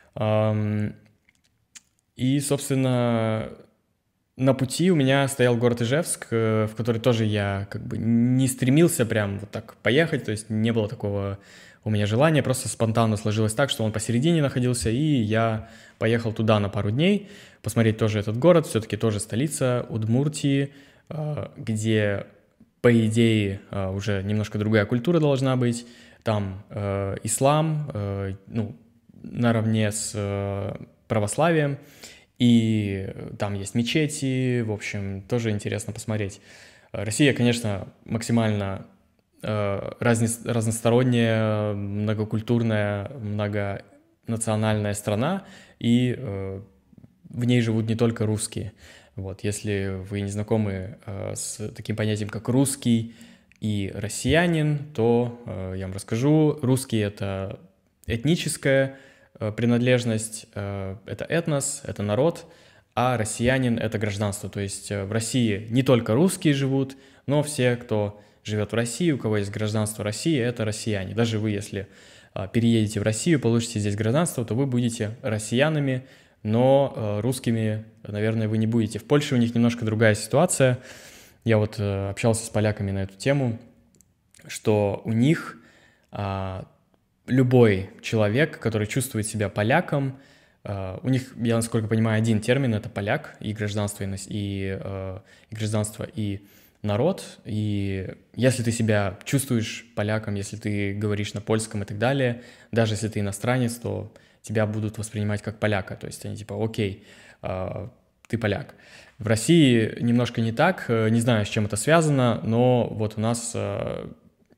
и, собственно, на пути у меня стоял город Ижевск, в который тоже я как бы не стремился прям вот так поехать, то есть не было такого у меня желания, просто спонтанно сложилось так, что он посередине находился, и я поехал туда на пару дней посмотреть тоже этот город, все-таки тоже столица Удмуртии, где, по идее, уже немножко другая культура должна быть. Там э, ислам, э, ну, наравне с э, православием, и там есть мечети, в общем, тоже интересно посмотреть. Россия, конечно, максимально э, разни, разносторонняя, многокультурная, многонациональная страна, и э, в ней живут не только русские. Вот, если вы не знакомы э, с таким понятием, как русский и россиянин, то э, я вам расскажу. Русский — это этническая э, принадлежность, э, это этнос, это народ, а россиянин — это гражданство. То есть э, в России не только русские живут, но все, кто живет в России, у кого есть гражданство России, это россияне. Даже вы, если э, переедете в Россию, получите здесь гражданство, то вы будете россиянами, но э, русскими, наверное, вы не будете. В Польше у них немножко другая ситуация. Я вот э, общался с поляками на эту тему, что у них э, любой человек, который чувствует себя поляком, э, у них, я насколько понимаю, один термин — это поляк, и гражданство, и, и, э, и гражданство, и народ. И если ты себя чувствуешь поляком, если ты говоришь на польском и так далее, даже если ты иностранец, то тебя будут воспринимать как поляка, то есть они типа окей, э, ты поляк. В России немножко не так, не знаю, с чем это связано, но вот у нас э,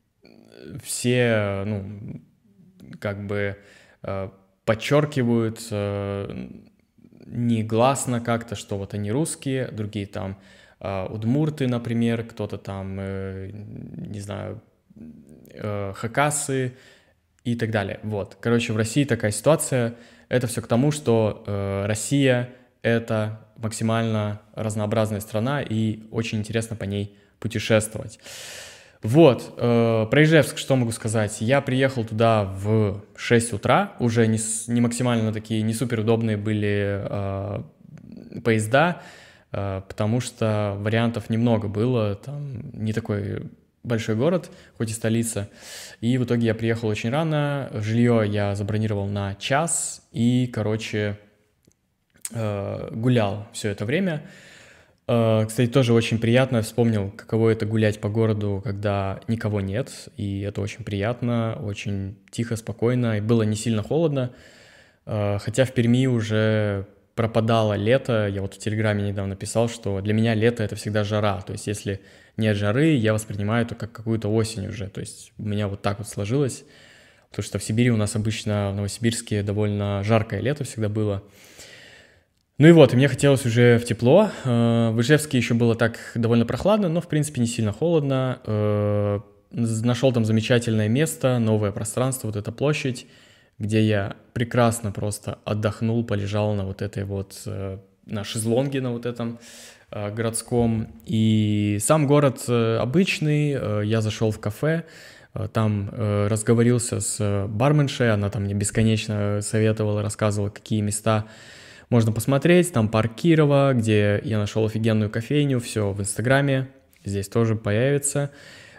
все, ну, как бы э, подчеркивают э, негласно как-то, что вот они русские, другие там э, удмурты, например, кто-то там, э, не знаю, э, хакасы, и так далее. Вот. Короче, в России такая ситуация. Это все к тому, что э, Россия — это максимально разнообразная страна, и очень интересно по ней путешествовать. Вот. Э, про Ижевск что могу сказать? Я приехал туда в шесть утра, уже не, не максимально такие, не супер удобные были э, поезда, э, потому что вариантов немного было, там не такой большой город, хоть и столица. И в итоге я приехал очень рано, жилье я забронировал на час и, короче, э, гулял все это время. Э, кстати, тоже очень приятно, вспомнил, каково это гулять по городу, когда никого нет, и это очень приятно, очень тихо, спокойно, и было не сильно холодно, э, хотя в Перми уже пропадало лето. Я вот в Телеграме недавно писал, что для меня лето — это всегда жара, то есть если нет жары, я воспринимаю это как какую-то осень уже, то есть у меня вот так вот сложилось, потому что в Сибири у нас обычно, в Новосибирске, довольно жаркое лето всегда было. Ну и вот, и мне хотелось уже в тепло. В Ижевске еще было так довольно прохладно, но в принципе не сильно холодно. Нашел там замечательное место, новое пространство, вот эта площадь, где я прекрасно просто отдохнул, полежал на вот этой вот, на шезлонге на вот этом городском. И сам город обычный, я зашел в кафе, там разговорился с барменшей, она там мне бесконечно советовала, рассказывала, какие места можно посмотреть. Там парк Кирова, где я нашел офигенную кофейню, все в Инстаграме, здесь тоже появится.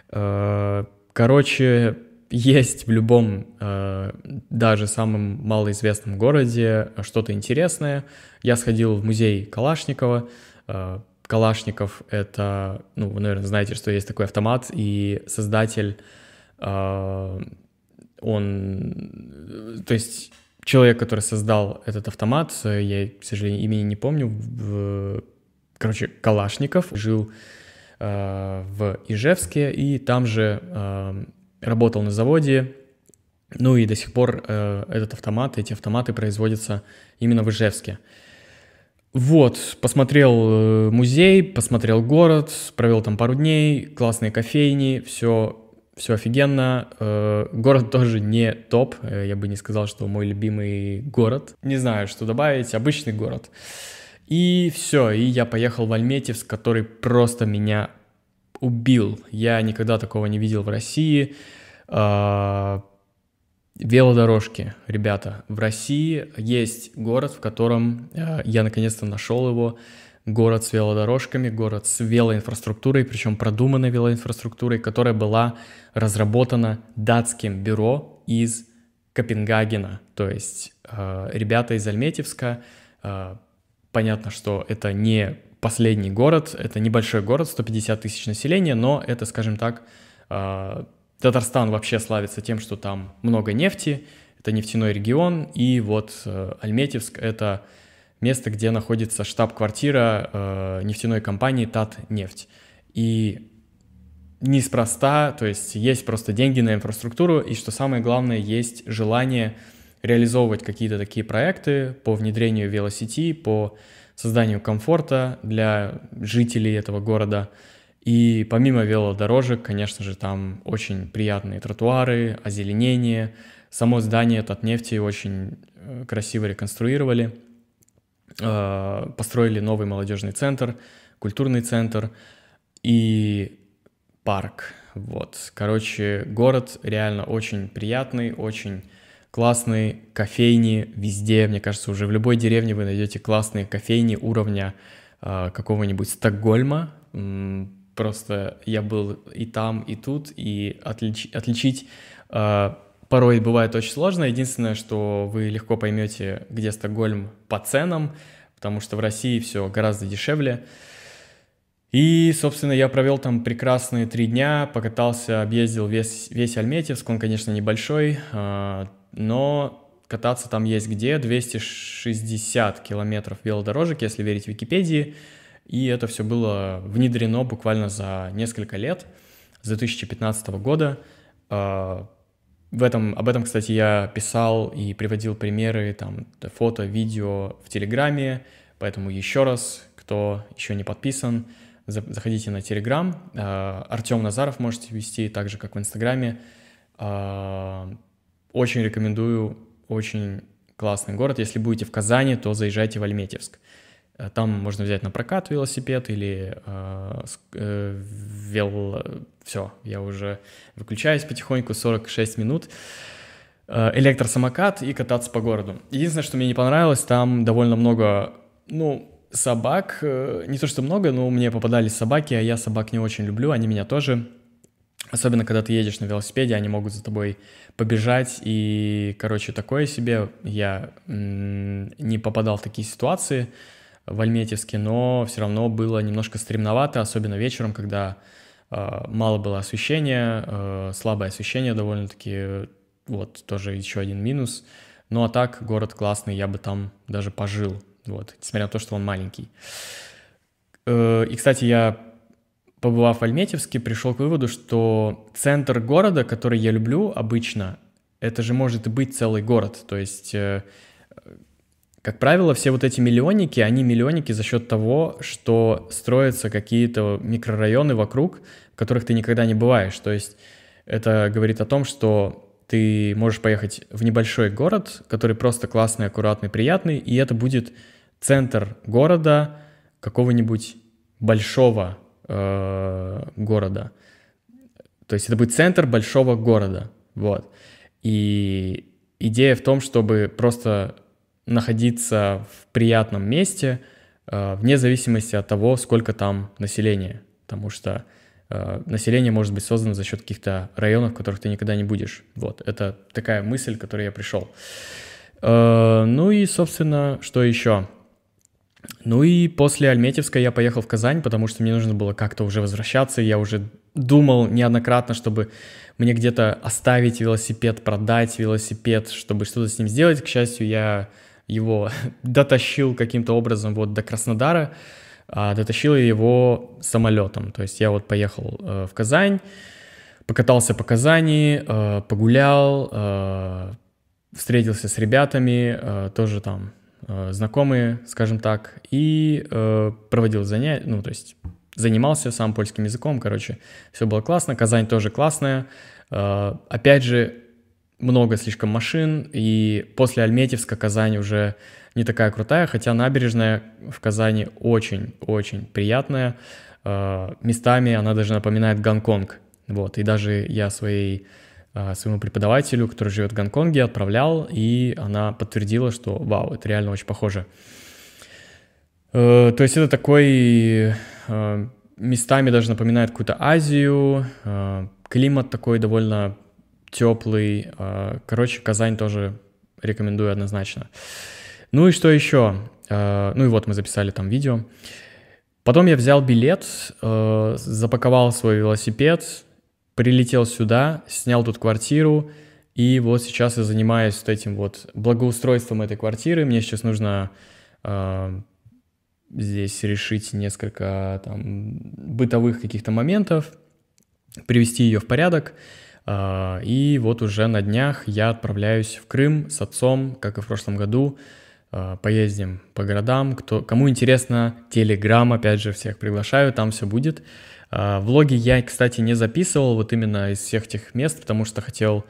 Короче, есть в любом, даже самом малоизвестном городе что-то интересное. Я сходил в музей Калашникова. Калашников — это, ну, вы, наверное, знаете, что есть такой автомат, и создатель, он, то есть человек, который создал этот автомат, я, к сожалению, имени не помню, короче, Калашников, жил в Ижевске, и там же работал на заводе, ну и до сих пор этот автомат, эти автоматы производятся именно в Ижевске. Вот, посмотрел музей, посмотрел город, провел там пару дней, классные кофейни, все, все офигенно. Город тоже не топ, я бы не сказал, что мой любимый город. Не знаю, что добавить, обычный город. И все, и я поехал в Альметьевск, который просто меня убил. Я никогда такого не видел в России. Велодорожки, ребята, в России есть город, в котором э, я наконец-то нашел его, город с велодорожками, город с велоинфраструктурой, причем продуманной велоинфраструктурой, которая была разработана датским бюро из Копенгагена, то есть э, ребята из Альметьевска, э, понятно, что это не последний город, это небольшой город, сто пятьдесят тысяч населения, но это, скажем так, э, Татарстан вообще славится тем, что там много нефти, это нефтяной регион, и вот э, Альметьевск — это место, где находится штаб-квартира э, нефтяной компании Татнефть. И неспроста, то есть есть просто деньги на инфраструктуру, и что самое главное, есть желание реализовывать какие-то такие проекты по внедрению велосети, по созданию комфорта для жителей этого города. И помимо велодорожек, конечно же, там очень приятные тротуары, озеленение. Само здание Татнефти очень красиво реконструировали. Построили новый молодежный центр, культурный центр и парк. Вот. Короче, город реально очень приятный, очень классные кофейни везде. Мне кажется, уже в любой деревне вы найдете классные кофейни уровня э, какого-нибудь Стокгольма. Просто я был и там, и тут, и отлич, отличить э, порой бывает очень сложно. Единственное, что вы легко поймете, где Стокгольм по ценам, потому что в России все гораздо дешевле. И, собственно, я провел там прекрасные три дня, покатался, объездил весь, весь Альметьевск. Он, конечно, небольшой, э, но кататься там есть где. двести шестьдесят километров велодорожек, если верить Википедии. И это все было внедрено буквально за несколько лет, с две тысячи пятнадцатого года. В этом, об этом, кстати, я писал и приводил примеры, там, фото, видео в Телеграме. Поэтому еще раз, кто еще не подписан, заходите на Телеграм. Артем Назаров можете вести, так же, как в Инстаграме. Очень рекомендую, очень классный город. Если будете в Казани, то заезжайте в Альметьевск. Там можно взять на прокат велосипед или э, э, вел... Все, я уже выключаюсь потихоньку, сорок шесть минут. Э, электросамокат и кататься по городу. Единственное, что мне не понравилось, там довольно много, ну, собак. Э, не то, что много, но мне попадались собаки, а я собак не очень люблю, они меня тоже. Особенно, когда ты едешь на велосипеде, они могут за тобой побежать. И, короче, такое себе. Я м- не попадал в такие ситуации в Альметьевске, но все равно было немножко стремновато, особенно вечером, когда э, мало было освещения, э, слабое освещение довольно-таки, вот, тоже еще один минус. Ну а так, город классный, я бы там даже пожил, вот, несмотря на то, что он маленький. Э, и, кстати, я, побывав в Альметьевске, пришел к выводу, что центр города, который я люблю обычно, это же может и быть целый город, то есть... Э, Как правило, все вот эти миллионники, они миллионники за счет того, что строятся какие-то микрорайоны вокруг, в которых ты никогда не бываешь. То есть это говорит о том, что ты можешь поехать в небольшой город, который просто классный, аккуратный, приятный, и это будет центр города, какого-нибудь большого э, города. То есть это будет центр большого города. Вот. И идея в том, чтобы просто... находиться в приятном месте, э, вне зависимости от того, сколько там населения. Потому что э, население может быть создано за счет каких-то районов, в которых ты никогда не будешь. Вот, это такая мысль, к которой я пришел. Э, ну и, собственно, что еще? Ну и после Альметьевска я поехал в Казань, потому что мне нужно было как-то уже возвращаться. Я уже думал неоднократно, чтобы мне где-то оставить велосипед, продать велосипед, чтобы что-то с ним сделать. К счастью, я... его дотащил каким-то образом вот до Краснодара, а дотащил его самолетом. То есть я вот поехал э, в Казань, покатался по Казани, э, погулял, э, встретился с ребятами, э, тоже там э, знакомые, скажем так, и э, проводил занятия, ну, то есть занимался сам польским языком, короче, все было классно. Казань тоже классная. Э, опять же, много слишком машин, и после Альметьевска Казань уже не такая крутая, хотя набережная в Казани очень-очень приятная. Э, местами она даже напоминает Гонконг. Вот, и даже я своей, э, своему преподавателю, который живет в Гонконге, отправлял, и она подтвердила, что вау, это реально очень похоже. Э, то есть это такой... Э, местами даже напоминает какую-то Азию, э, климат такой довольно... теплый. Короче, Казань тоже рекомендую однозначно. Ну и что еще? Ну и вот мы записали там видео. Потом я взял билет, запаковал свой велосипед, прилетел сюда, снял тут квартиру И вот сейчас я занимаюсь вот этим вот благоустройством этой квартиры. Мне сейчас нужно э, здесь решить несколько там бытовых каких-то моментов, привести ее в порядок. Э, и вот уже на днях я отправляюсь в Крым с отцом, как и в прошлом году. Э, поездим по городам. Кто, кому интересно, Telegram, опять же, всех приглашаю, там все будет. Э, влоги я, кстати, не записывал вот именно из всех этих мест, потому что хотел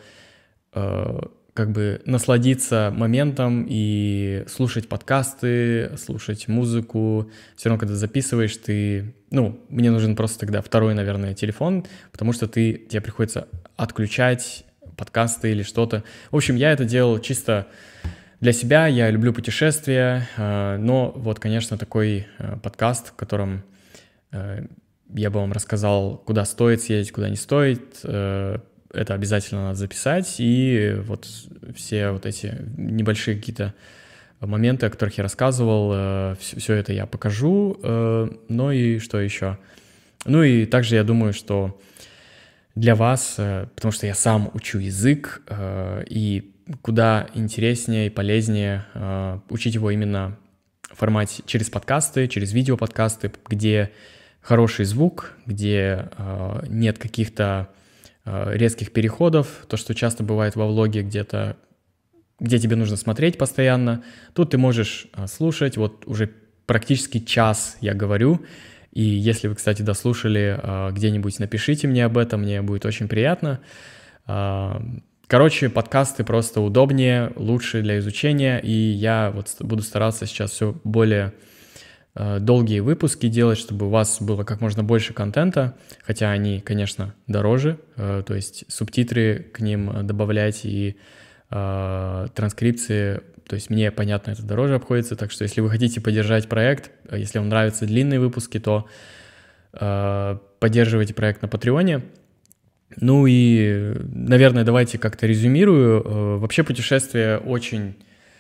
как бы насладиться моментом и слушать подкасты, слушать музыку. Все равно, когда записываешь, ты... Ну, мне нужен просто тогда второй, наверное, телефон, потому что ты, тебе приходится отключать подкасты или что-то. В общем, я это делал чисто для себя, я люблю путешествия, но вот, конечно, такой подкаст, в котором я бы вам рассказал, куда стоит съездить, куда не стоит, это обязательно надо записать, и вот все вот эти небольшие какие-то моменты, о которых я рассказывал, все, все это я покажу. Ну и что еще? Ну и также я думаю, что для вас, потому что я сам учу язык, и куда интереснее и полезнее учить его именно в формате через подкасты, через видеоподкасты, где хороший звук, где нет каких-то резких переходов, то, что часто бывает во влоге где-то, где тебе нужно смотреть постоянно. Тут ты можешь слушать, вот уже практически час я говорю, и если вы, кстати, дослушали где-нибудь, напишите мне об этом, мне будет очень приятно. Короче, подкасты просто удобнее, лучше для изучения, и я вот буду стараться сейчас все более долгие выпуски делать, чтобы у вас было как можно больше контента, хотя они, конечно, дороже, то есть субтитры к ним добавлять и э, транскрипции, то есть мне, понятно, это дороже обходится, так что если вы хотите поддержать проект, если вам нравятся длинные выпуски, то э, поддерживайте проект на Патреоне. Ну и, наверное, давайте как-то резюмирую. Вообще путешествие очень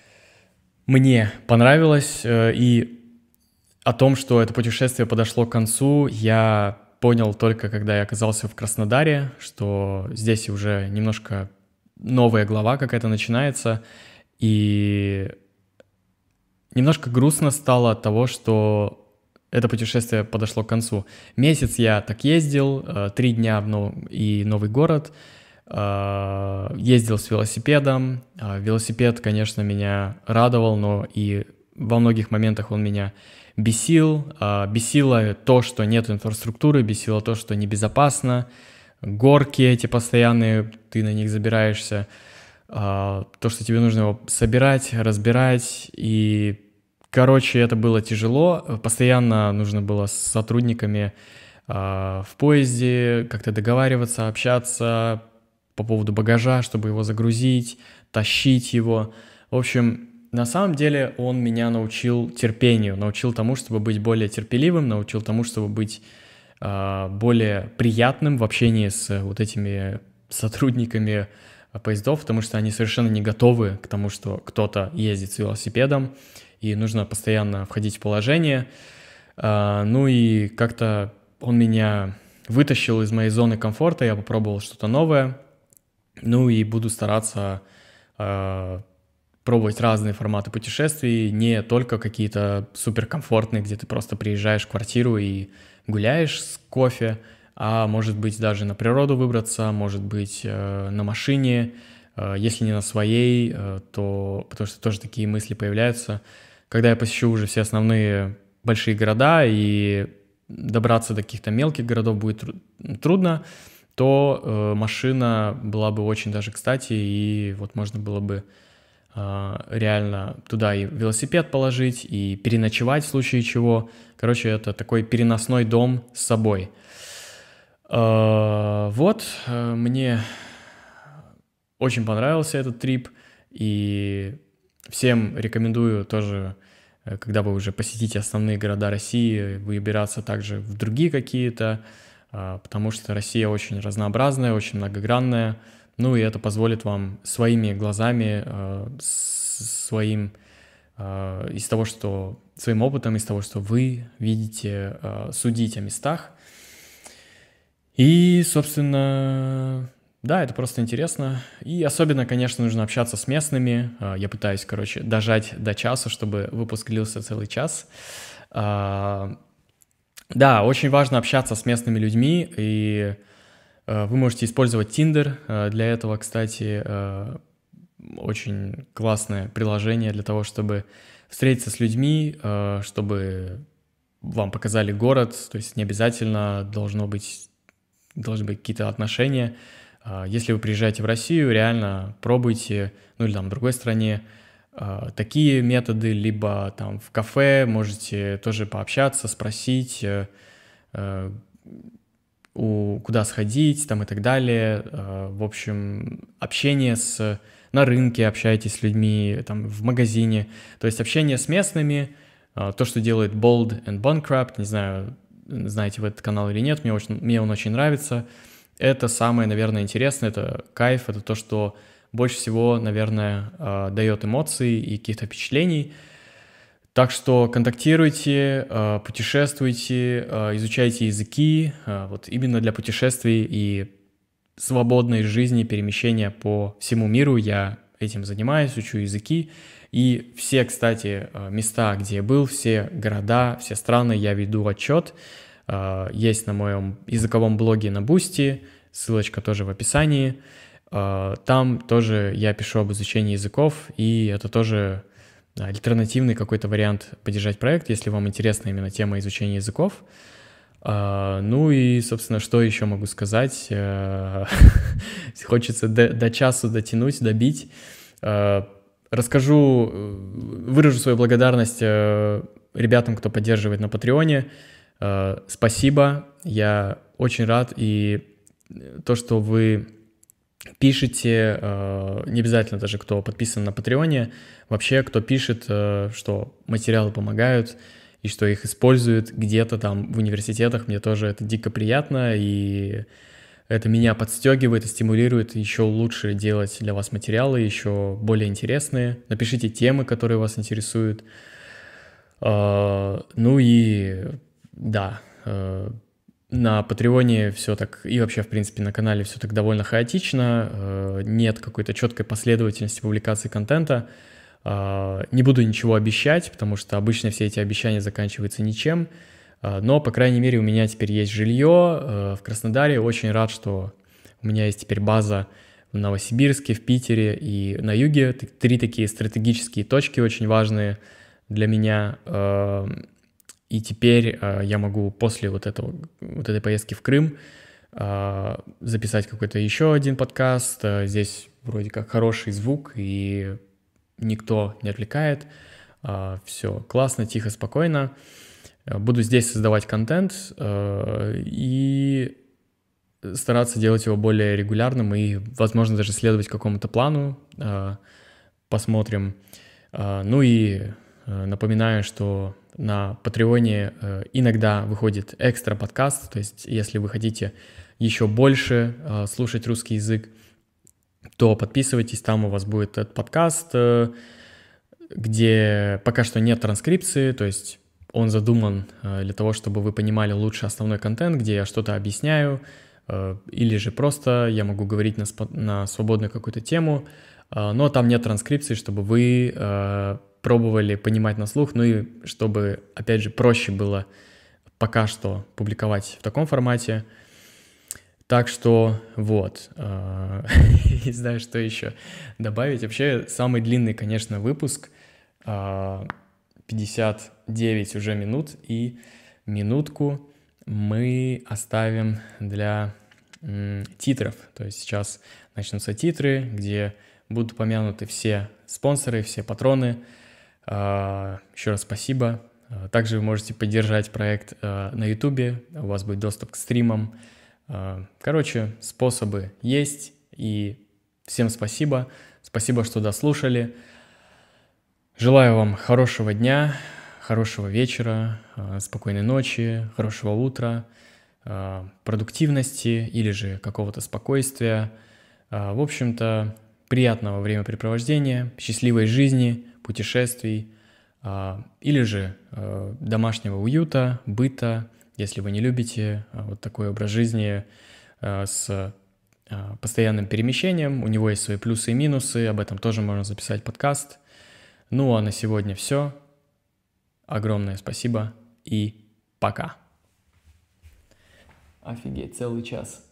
мне понравилось, и о том, что это путешествие подошло к концу, я понял только, когда я оказался в Краснодаре, что здесь уже немножко новая глава какая-то начинается, и немножко грустно стало от того, что это путешествие подошло к концу. Месяц я так ездил, три дня в нов... и новый город, ездил с велосипедом. Велосипед, конечно, меня радовал, но и во многих моментах он меня бесил. Бесило то, что нет инфраструктуры, бесило то, что небезопасно, горки эти постоянные, ты на них забираешься, то, что тебе нужно его собирать, разбирать, и, короче, это было тяжело, постоянно нужно было с сотрудниками в поезде как-то договариваться, общаться по поводу багажа, чтобы его загрузить, тащить его, в общем... На самом деле он меня научил терпению, научил тому, чтобы быть более терпеливым, научил тому, чтобы быть э, более приятным в общении с вот этими сотрудниками поездов, потому что они совершенно не готовы к тому, что кто-то ездит с велосипедом, и нужно постоянно входить в положение. Э, ну и как-то он меня вытащил из моей зоны комфорта, я попробовал что-то новое, ну и буду стараться... Э, пробовать разные форматы путешествий, не только какие-то суперкомфортные, где ты просто приезжаешь в квартиру и гуляешь с кофе, а может быть даже на природу выбраться, может быть э, на машине, э, если не на своей, э, то потому что тоже такие мысли появляются. Когда я посещу уже все основные большие города и добраться до каких-то мелких городов будет трудно, то э, машина была бы очень даже кстати, и вот можно было бы реально туда и велосипед положить, и переночевать в случае чего. Короче, это такой переносной дом с собой. Вот, мне очень понравился этот трип, и всем рекомендую тоже, когда вы уже посетите основные города России, выбираться также в другие какие-то, потому что Россия очень разнообразная, очень многогранная. Ну и это позволит вам своими глазами, э, своим, э, из того, что, своим опытом, из того, что вы видите, э, судить о местах. И, собственно, Да, это просто интересно. И особенно, конечно, нужно общаться с местными. А, Я пытаюсь, короче, дожать до часа, чтобы выпуск длился целый час. А, Да, очень важно общаться с местными людьми, и э, вы можете использовать Tinder э, для этого, кстати. э, Очень классное приложение для того, чтобы встретиться с людьми, э, чтобы вам показали город, то есть не обязательно должно быть, должны быть какие-то отношения. А, Если вы приезжаете в Россию, реально пробуйте, ну или там в другой стране, а, такие методы, либо там в кафе можете тоже пообщаться, спросить, э, э, у, куда сходить там и так далее. Э, В общем, общение с, на рынке, общайтесь с людьми, там в магазине. То есть общение с местными, э, то, что делает Bold and Bancraft, не знаю, знаете вы этот канал или нет, мне, очень, мне он очень нравится. Это самое, наверное, интересное, это кайф, это то, что больше всего, наверное, э, дает эмоций и каких-то впечатлений. Так что контактируйте, э, путешествуйте, э, изучайте языки. э, Вот именно для путешествий и свободной жизни, перемещения по всему миру я этим занимаюсь, учу языки. И все, кстати, э, места, где я был, все города, все страны, я веду отчет. Э, Есть на моем языковом блоге на Boosty, ссылочка тоже в описании. Э, Там тоже я пишу об изучении языков, и это тоже альтернативный какой-то вариант поддержать проект, если вам интересна именно тема изучения языков. А, Ну и, собственно, что еще могу сказать? Э, Хочется до, до часу дотянуть, добить. Э, Расскажу, э, выражу свою благодарность э, ребятам, кто поддерживает на Патреоне. Э, Спасибо, я очень рад. И то, что вы пишите, э, не обязательно даже кто подписан на Патреоне, вообще кто пишет, э, что материалы помогают и что их используют где-то там в университетах, мне тоже это дико приятно, и это меня подстегивает и стимулирует еще лучше делать для вас материалы, еще более интересные. Напишите темы, которые вас интересуют. Э, Ну и да, э, на Патреоне все так, и вообще, в принципе, на канале все так довольно хаотично, э, нет какой-то четкой последовательности публикации контента. Э, Не буду ничего обещать, потому что обычно все эти обещания заканчиваются ничем, Э, но, по крайней мере, у меня теперь есть жилье э, в Краснодаре. Очень рад, что у меня есть теперь база в Новосибирске, в Питере и на юге. Т- Три такие стратегические точки очень важные для меня. Э, И теперь э, я могу после вот этого, вот этой поездки в Крым э, записать какой-то еще один подкаст. Э, Здесь вроде как хороший звук, и никто не отвлекает. Все классно, тихо, спокойно. Э, Буду здесь создавать контент э, и стараться делать его более регулярным и, возможно, даже следовать какому-то плану. Э, Посмотрим. Э, Ну и э, напоминаю, что на Патреоне э, иногда выходит экстра подкаст, то есть если вы хотите еще больше э, слушать русский язык, то подписывайтесь, там у вас будет этот подкаст, э, где пока что нет транскрипции, то есть он задуман э, для того, чтобы вы понимали лучше основной контент, где я что-то объясняю, э, или же просто я могу говорить на, спо- на свободную какую-то тему, э, но там нет транскрипции, чтобы вы э, пробовали понимать на слух, ну и чтобы, опять же, проще было пока что публиковать в таком формате. Так что вот, э, не знаю, что еще добавить. Вообще, самый длинный, конечно, выпуск, э, пятьдесят девять уже минут, и минутку мы оставим для м, титров. То есть сейчас начнутся титры, где будут упомянуты все спонсоры, все патроны. Э, Еще раз спасибо. Э, Также вы можете поддержать проект э, на YouTube, у вас будет доступ к стримам. Э, Короче, способы есть, и всем спасибо. Спасибо, что дослушали. Желаю вам хорошего дня, хорошего вечера, э, спокойной ночи, хорошего утра, э, продуктивности или же какого-то спокойствия. Э, В общем-то, приятного времяпрепровождения, счастливой жизни, путешествий а, или же э, домашнего уюта, быта, если вы не любите э, вот такой образ жизни э, с постоянным перемещением. У него есть свои плюсы и минусы, об этом тоже можно записать подкаст. Ну а на сегодня все. Огромное спасибо и пока. Офигеть, целый час.